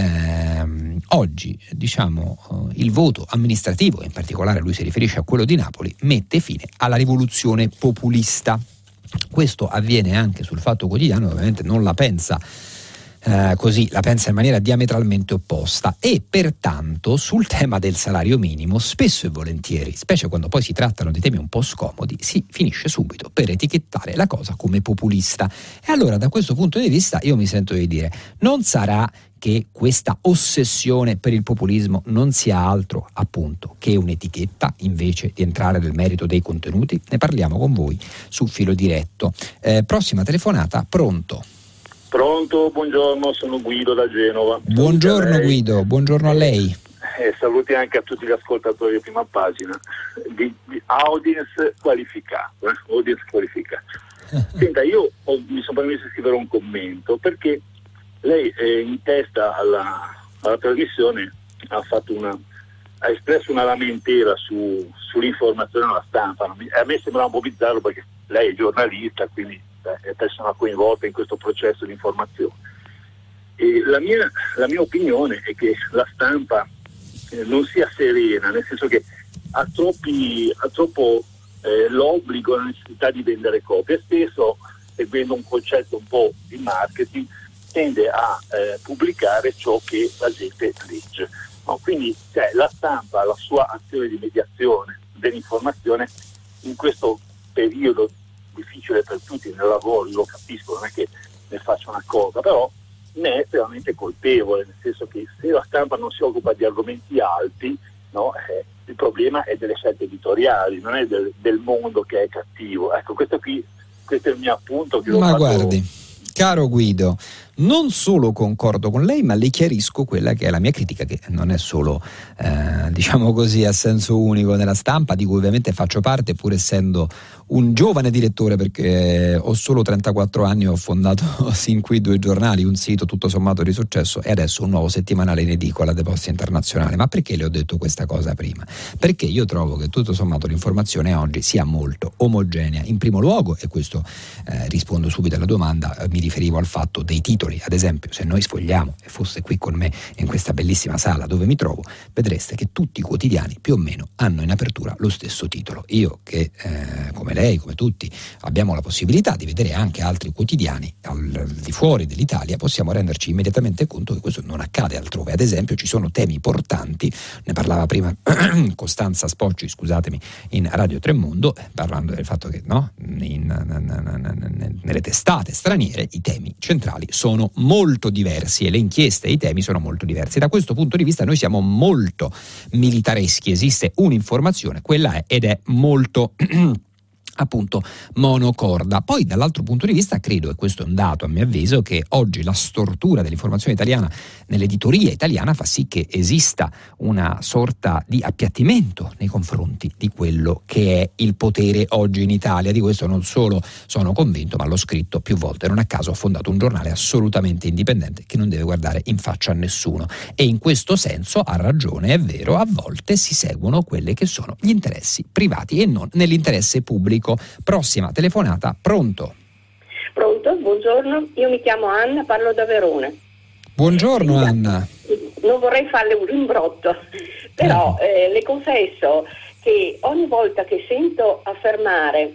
Speaker 2: ehm, oggi diciamo eh, il voto amministrativo, in particolare lui si riferisce a quello di Napoli, mette fine alla rivoluzione populista. Questo avviene anche sul Fatto Quotidiano, ovviamente non la pensa Uh, così, la pensa in maniera diametralmente opposta, e pertanto sul tema del salario minimo spesso e volentieri, specie quando poi si trattano di temi un po' scomodi, si finisce subito per etichettare la cosa come populista. E allora da questo punto di vista io mi sento di dire, non sarà che questa ossessione per il populismo non sia altro appunto che un'etichetta invece di entrare nel merito dei contenuti? Ne parliamo con voi su Filo Diretto. Eh, prossima telefonata. Pronto?
Speaker 11: Pronto, buongiorno, sono Guido da Genova.
Speaker 2: Buongiorno Guido, buongiorno a lei.
Speaker 11: E saluti anche a tutti gli ascoltatori di Prima Pagina. Di, di audience qualificato, eh? audience qualificato. Senta, io ho, mi sono permesso di scrivere un commento perché lei eh, in testa alla, alla trasmissione ha fatto una ha espresso una lamentela su, sull'informazione alla stampa. A me sembra un po' bizzarro perché lei è giornalista, quindi è persona coinvolta in questo processo di informazione. E la mia, la mia opinione è che la stampa eh, non sia serena, nel senso che ha, troppi, ha troppo eh, l'obbligo, la necessità di vendere copie. Spesso, seguendo un concetto un po' di marketing, tende a eh, pubblicare ciò che la gente legge. No? Quindi cioè, la stampa, la sua azione di mediazione dell'informazione in questo periodo difficile per tutti nel lavoro, io lo capisco, non è che ne faccia una cosa, però ne è estremamente colpevole, nel senso che se la stampa non si occupa di argomenti alti, no, eh, il problema è delle scelte editoriali, non è del, del mondo che è cattivo. Ecco, questo qui, questo è il mio appunto. Che
Speaker 2: Ma
Speaker 11: fatto...
Speaker 2: guardi, caro Guido, non solo concordo con lei, ma le chiarisco quella che è la mia critica, che non è solo eh, diciamo così a senso unico nella stampa, di cui ovviamente faccio parte, pur essendo un giovane direttore, perché ho solo trentaquattro anni e ho fondato sin qui due giornali, un sito tutto sommato di successo e adesso un nuovo settimanale in edicola, The Post Internazionale. Ma perché le ho detto questa cosa prima? Perché io trovo che tutto sommato l'informazione oggi sia molto omogenea. In primo luogo, e questo eh, rispondo subito alla domanda, eh, mi riferivo al fatto dei titoli. Ad esempio, se noi sfogliamo e fosse qui con me in questa bellissima sala dove mi trovo, vedreste che tutti i quotidiani più o meno hanno in apertura lo stesso titolo. Io che eh, come lei, come tutti, abbiamo la possibilità di vedere anche altri quotidiani al di fuori dell'Italia, possiamo renderci immediatamente conto che questo non accade altrove. Ad esempio, ci sono temi portanti, ne parlava prima Costanza Spocci, scusatemi, in Radio Tremondo, parlando del fatto che no, in, in, nelle testate straniere i temi centrali sono molto diversi e le inchieste e i temi sono molto diversi. Da questo punto di vista noi siamo molto militareschi, esiste un'informazione, quella è ed è molto appunto monocorda. Poi dall'altro punto di vista credo, e questo è un dato a mio avviso, che oggi la stortura dell'informazione italiana nell'editoria italiana fa sì che esista una sorta di appiattimento nei confronti di quello che è il potere oggi in Italia. Di questo non solo sono convinto, ma l'ho scritto più volte. Non a caso ho fondato un giornale assolutamente indipendente che non deve guardare in faccia a nessuno, e in questo senso ha ragione, è vero, a volte si seguono quelli che sono gli interessi privati e non nell'interesse pubblico. Prossima telefonata, pronto?
Speaker 12: Pronto, buongiorno, io mi chiamo Anna, parlo da Verona.
Speaker 2: Buongiorno Anna.
Speaker 12: Non vorrei farle un rimbrotto, però eh, le confesso che ogni volta che sento affermare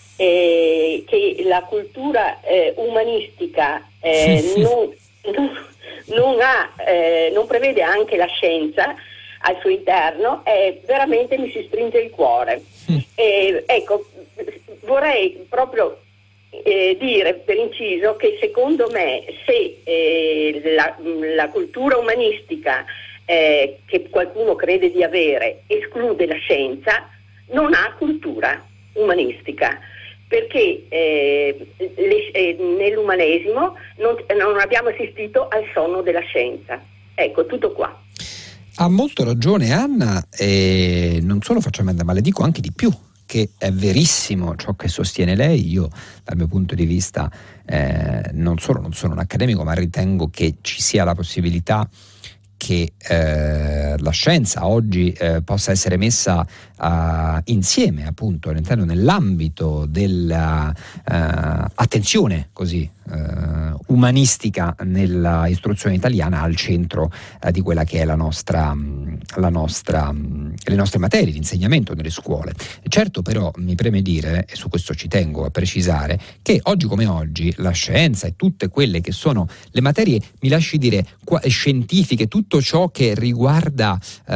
Speaker 12: eh, che la cultura eh, umanistica eh, non, non, non, ha, eh, non prevede anche la scienza al suo interno, eh, veramente mi si stringe il cuore. Eh, ecco, vorrei proprio eh, dire per inciso che secondo me se eh, la, la cultura umanistica eh, che qualcuno crede di avere esclude la scienza, non ha cultura umanistica, perché eh, le, eh, nell'umanesimo non, non abbiamo assistito al sonno della scienza. Ecco, tutto qua.
Speaker 2: Ha molto ragione Anna, e non solo faccio ammenda, ma le dico anche di più, che è verissimo ciò che sostiene lei. Io dal mio punto di vista eh, non solo non sono un accademico, ma ritengo che ci sia la possibilità che eh, la scienza oggi eh, possa essere messa uh, insieme, appunto, all'interno nell'ambito della uh, attenzione così uh, umanistica nella istruzione italiana, al centro uh, di quella che è la nostra, la nostra le nostre materie, l'insegnamento nelle scuole. Certo, però mi preme dire, e su questo ci tengo a precisare, che oggi come oggi la scienza e tutte quelle che sono le materie, mi lasci dire, qua, scientifiche, tutto ciò che riguarda eh,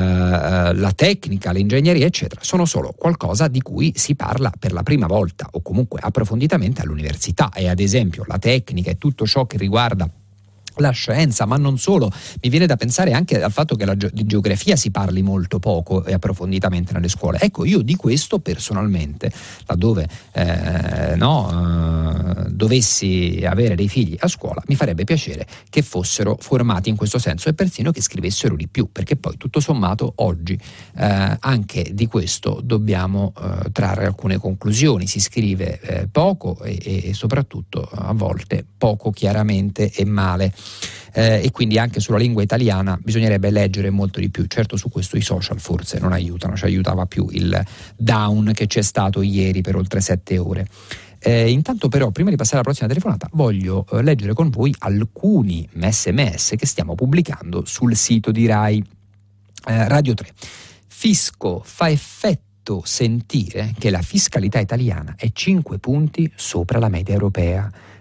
Speaker 2: la tecnica, l'ingegneria eccetera, sono solo qualcosa di cui si parla per la prima volta o comunque approfonditamente all'università. E ad esempio la tecnica e tutto ciò che riguarda la scienza, ma non solo, mi viene da pensare anche al fatto che la ge- di geografia si parli molto poco e approfonditamente nelle scuole. Ecco, io di questo personalmente, laddove eh, no, eh, dovessi avere dei figli a scuola, mi farebbe piacere che fossero formati in questo senso e persino che scrivessero di più, perché poi tutto sommato oggi eh, anche di questo dobbiamo eh, trarre alcune conclusioni. Si scrive eh, poco e, e soprattutto a volte poco chiaramente e male. Eh, e quindi anche sulla lingua italiana bisognerebbe leggere molto di più. Certo, su questo i social forse non aiutano, ci aiutava più il down che c'è stato ieri per oltre sette ore. Eh, intanto però, prima di passare alla prossima telefonata, voglio eh, leggere con voi alcuni sms che stiamo pubblicando sul sito di Rai eh, Radio tre. Fisco fa effetto sentire che la fiscalità italiana è cinque punti sopra la media europea.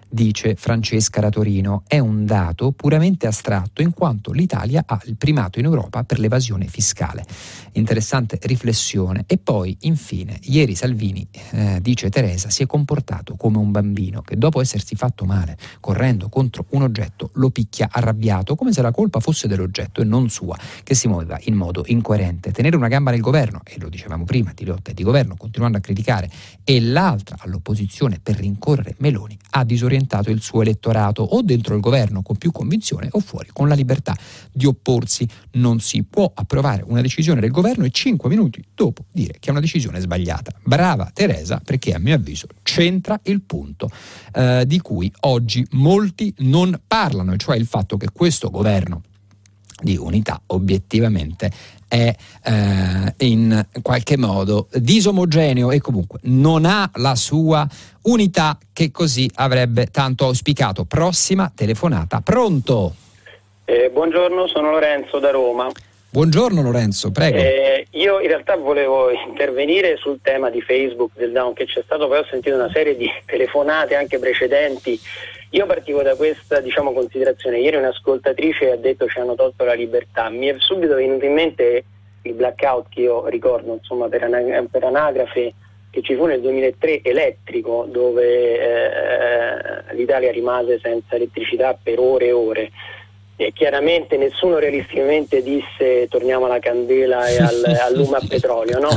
Speaker 2: dice Francesca da Torino. È un dato puramente astratto in quanto l'Italia ha il primato in Europa per l'evasione fiscale. Interessante riflessione. E poi, infine, ieri Salvini, eh, dice Teresa, si è comportato come un bambino che dopo essersi fatto male correndo contro un oggetto lo picchia arrabbiato, come se la colpa fosse dell'oggetto e non sua, che si muoveva in modo incoerente. Tenere una gamba nel governo, e lo dicevamo prima, di lotta e di governo, continuando a criticare, e l'altra all'opposizione per rincorrere Meloni, ha disorientato il suo elettorato, o dentro il governo con più convinzione o fuori con la libertà di opporsi. Non si può approvare una decisione del governo e cinque minuti dopo dire che è una decisione sbagliata. Brava Teresa, perché a mio avviso c'entra il punto eh, di cui oggi molti non parlano, cioè il fatto che questo governo di unità obiettivamente è eh, in qualche modo disomogeneo e comunque non ha la sua unità che così avrebbe tanto auspicato. Prossima telefonata. Pronto?
Speaker 13: Eh, buongiorno, sono Lorenzo da Roma.
Speaker 2: Buongiorno Lorenzo, prego.
Speaker 13: Eh, io in realtà volevo intervenire sul tema di Facebook, del down che c'è stato, poi ho sentito una serie di telefonate anche precedenti. Io partivo da questa, diciamo, considerazione. Ieri un'ascoltatrice ha detto ci hanno tolto la libertà. Mi è subito venuto in mente il blackout che io ricordo, insomma, per, ana- per anagrafe, che ci fu nel duemilatré elettrico, dove eh, l'Italia rimase senza elettricità per ore e ore. E chiaramente nessuno realisticamente disse torniamo alla candela e al, al lume a petrolio, no?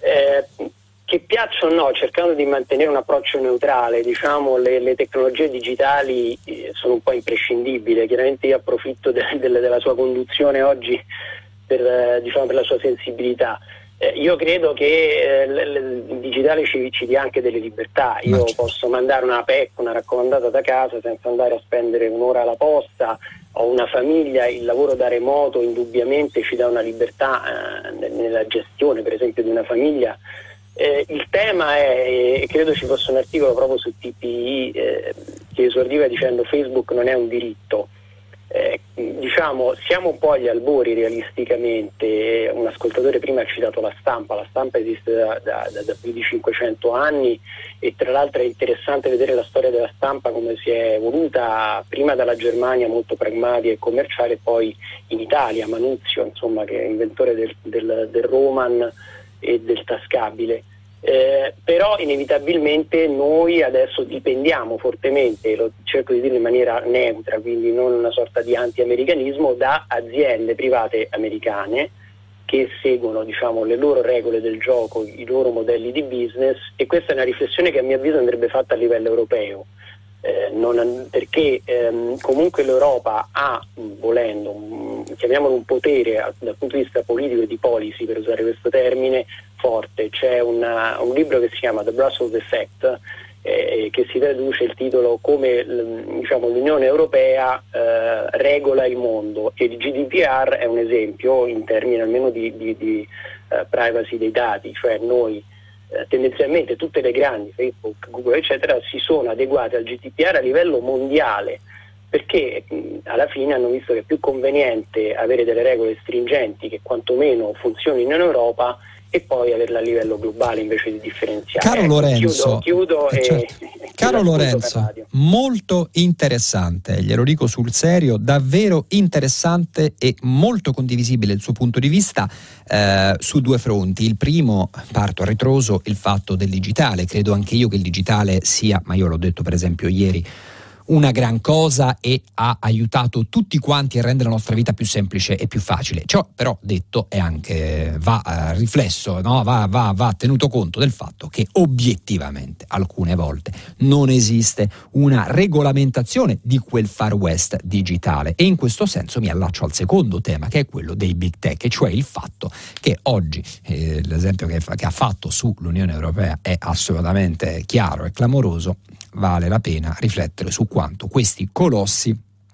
Speaker 13: Eh, che piaccia o no, cercando di mantenere un approccio neutrale, diciamo, le, le tecnologie digitali eh, sono un po' imprescindibili. Chiaramente io approfitto de, de, della sua conduzione oggi per, eh, diciamo, per la sua sensibilità. Eh, io credo che eh, l- l- il digitale ci, ci dia anche delle libertà. Io posso mandare una P E C, una raccomandata da casa, senza andare a spendere un'ora alla posta. Ho una famiglia, il lavoro da remoto indubbiamente ci dà una libertà eh, nella gestione, per esempio, di una famiglia. Eh, il tema è, e credo ci fosse un articolo proprio su T P I eh, che esordiva dicendo Facebook non è un diritto. Eh, diciamo, siamo un po' agli albori realisticamente. Un ascoltatore prima ha citato La Stampa. La Stampa esiste da, da, da, da più di cinquecento anni e tra l'altro è interessante vedere la storia della stampa come si è evoluta prima dalla Germania molto pragmatica e commerciale e poi in Italia Manuzio, insomma, che è inventore del, del, del Roman e del tascabile. Eh, però inevitabilmente noi adesso dipendiamo fortemente, lo cerco di dire in maniera neutra, quindi non una sorta di anti-americanismo, da aziende private americane che seguono, diciamo, le loro regole del gioco, i loro modelli di business, e questa è una riflessione che a mio avviso andrebbe fatta a livello europeo. Eh, non, perché ehm, comunque l'Europa ha, volendo, un, chiamiamolo un potere a, dal punto di vista politico e di policy, per usare questo termine, forte. C'è una, un libro che si chiama The Brussels Effect, eh, che si traduce il titolo come l, diciamo, l'Unione Europea eh, regola il mondo, e il G D P R è un esempio in termini almeno di, di, di uh, privacy dei dati, cioè noi Eh, tendenzialmente tutte le grandi, Facebook, Google eccetera, si sono adeguate al G D P R a livello mondiale, perché mh, alla fine hanno visto che è più conveniente avere delle regole stringenti che quantomeno funzionino in Europa e poi averla a livello globale invece di differenziare.
Speaker 2: Caro
Speaker 13: ecco,
Speaker 2: Lorenzo,
Speaker 13: chiudo, chiudo
Speaker 2: eh,
Speaker 13: e,
Speaker 2: certo.
Speaker 13: e
Speaker 2: Caro Lorenzo, molto interessante, glielo dico sul serio, davvero interessante e molto condivisibile il suo punto di vista eh, su due fronti. Il primo, parto a ritroso, il fatto del digitale. Credo anche io che il digitale sia, ma io l'ho detto per esempio ieri, una gran cosa e ha aiutato tutti quanti a rendere la nostra vita più semplice e più facile. Ciò però detto è anche va eh, riflesso, no? va, va, va tenuto conto del fatto che obiettivamente alcune volte non esiste una regolamentazione di quel far west digitale, e in questo senso mi allaccio al secondo tema, che è quello dei big tech, e cioè il fatto che oggi eh, l'esempio che, fa, che ha fatto sull'Unione Europea è assolutamente chiaro e clamoroso. Vale la pena riflettere su quanto questi colossi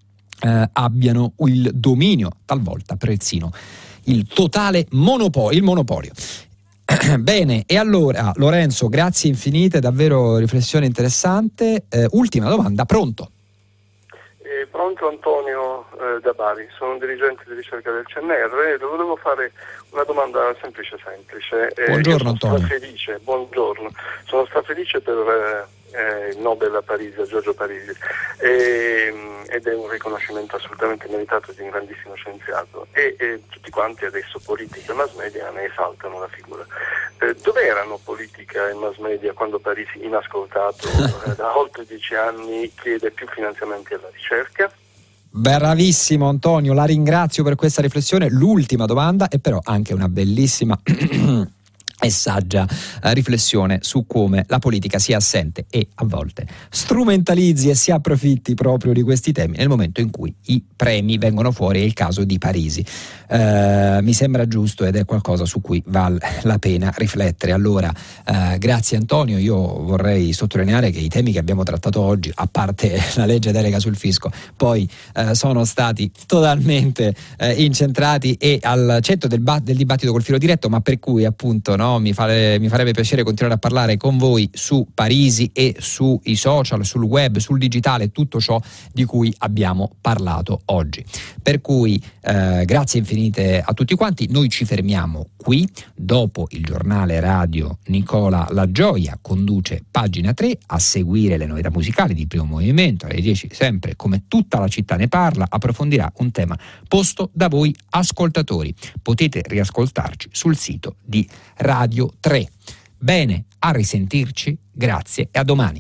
Speaker 2: eh, abbiano il dominio, talvolta persino il totale monopolio, il monopolio. Bene, e allora Lorenzo, grazie infinite, davvero riflessione interessante. Eh, ultima domanda, pronto?
Speaker 6: Eh, pronto Antonio eh, da Bari, sono un dirigente di ricerca del C N R e volevo fare una domanda semplice semplice. Eh,
Speaker 2: buongiorno
Speaker 6: sono
Speaker 2: Antonio.
Speaker 6: Felice, buongiorno, sono strafelice per... Eh,
Speaker 14: eh, il Nobel a Parigi, a Giorgio Parisi, e, ed è un riconoscimento assolutamente meritato di un grandissimo scienziato, e, e tutti quanti adesso politica e mass media ne esaltano la figura. Eh, dove erano politica e mass media quando Parisi, inascoltato eh, da oltre dieci anni, chiede più finanziamenti alla ricerca?
Speaker 2: Bravissimo Antonio, la ringrazio per questa riflessione. L'ultima domanda è però anche una bellissima e saggia eh, riflessione su come la politica sia assente e a volte strumentalizzi e si approfitti proprio di questi temi nel momento in cui i premi vengono fuori. È il caso di Parisi. Eh, mi sembra giusto ed è qualcosa su cui vale la pena riflettere. Allora, eh, grazie Antonio. Io vorrei sottolineare che i temi che abbiamo trattato oggi, a parte la legge delega sul fisco, poi eh, sono stati totalmente eh, incentrati e al centro del, ba- del dibattito col filo diretto, ma per cui appunto no, mi, fare, mi farebbe piacere continuare a parlare con voi su Parisi e sui social, sul web, sul digitale, tutto ciò di cui abbiamo parlato oggi. Per cui eh, grazie infinite a tutti quanti. Noi ci fermiamo qui. Dopo il giornale radio Nicola La Gioia conduce Pagina tre, a seguire le novità musicali di Primo Movimento alle dieci, sempre come Tutta la città ne parla, approfondirà un tema posto da voi ascoltatori. Potete riascoltarci sul sito di Radio tre. Bene, a risentirci, grazie e a domani.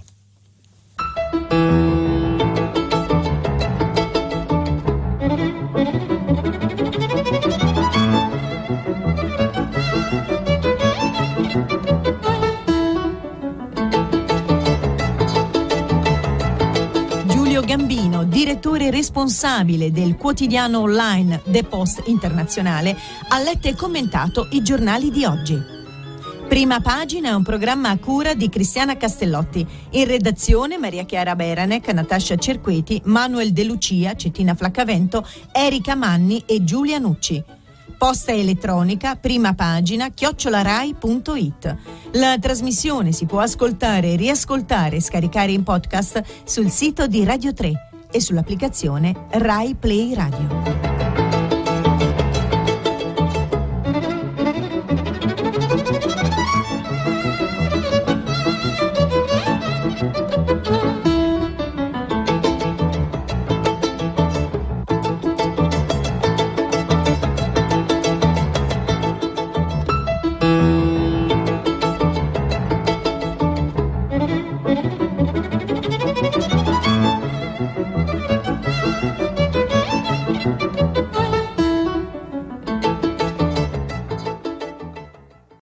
Speaker 1: Giulio Gambino, direttore responsabile del quotidiano online The Post Internazionale, ha letto e commentato i giornali di oggi. Prima Pagina è un programma a cura di Cristiana Castellotti. In redazione Maria Chiara Beranec, Natascia Cerqueti, Manuel De Lucia, Cettina Flaccavento, Erika Manni e Giulia Nucci. Posta elettronica primapagina chiocciolarai punto it. La trasmissione si può ascoltare, riascoltare e scaricare in podcast sul sito di Radio tre e sull'applicazione Rai Play Radio.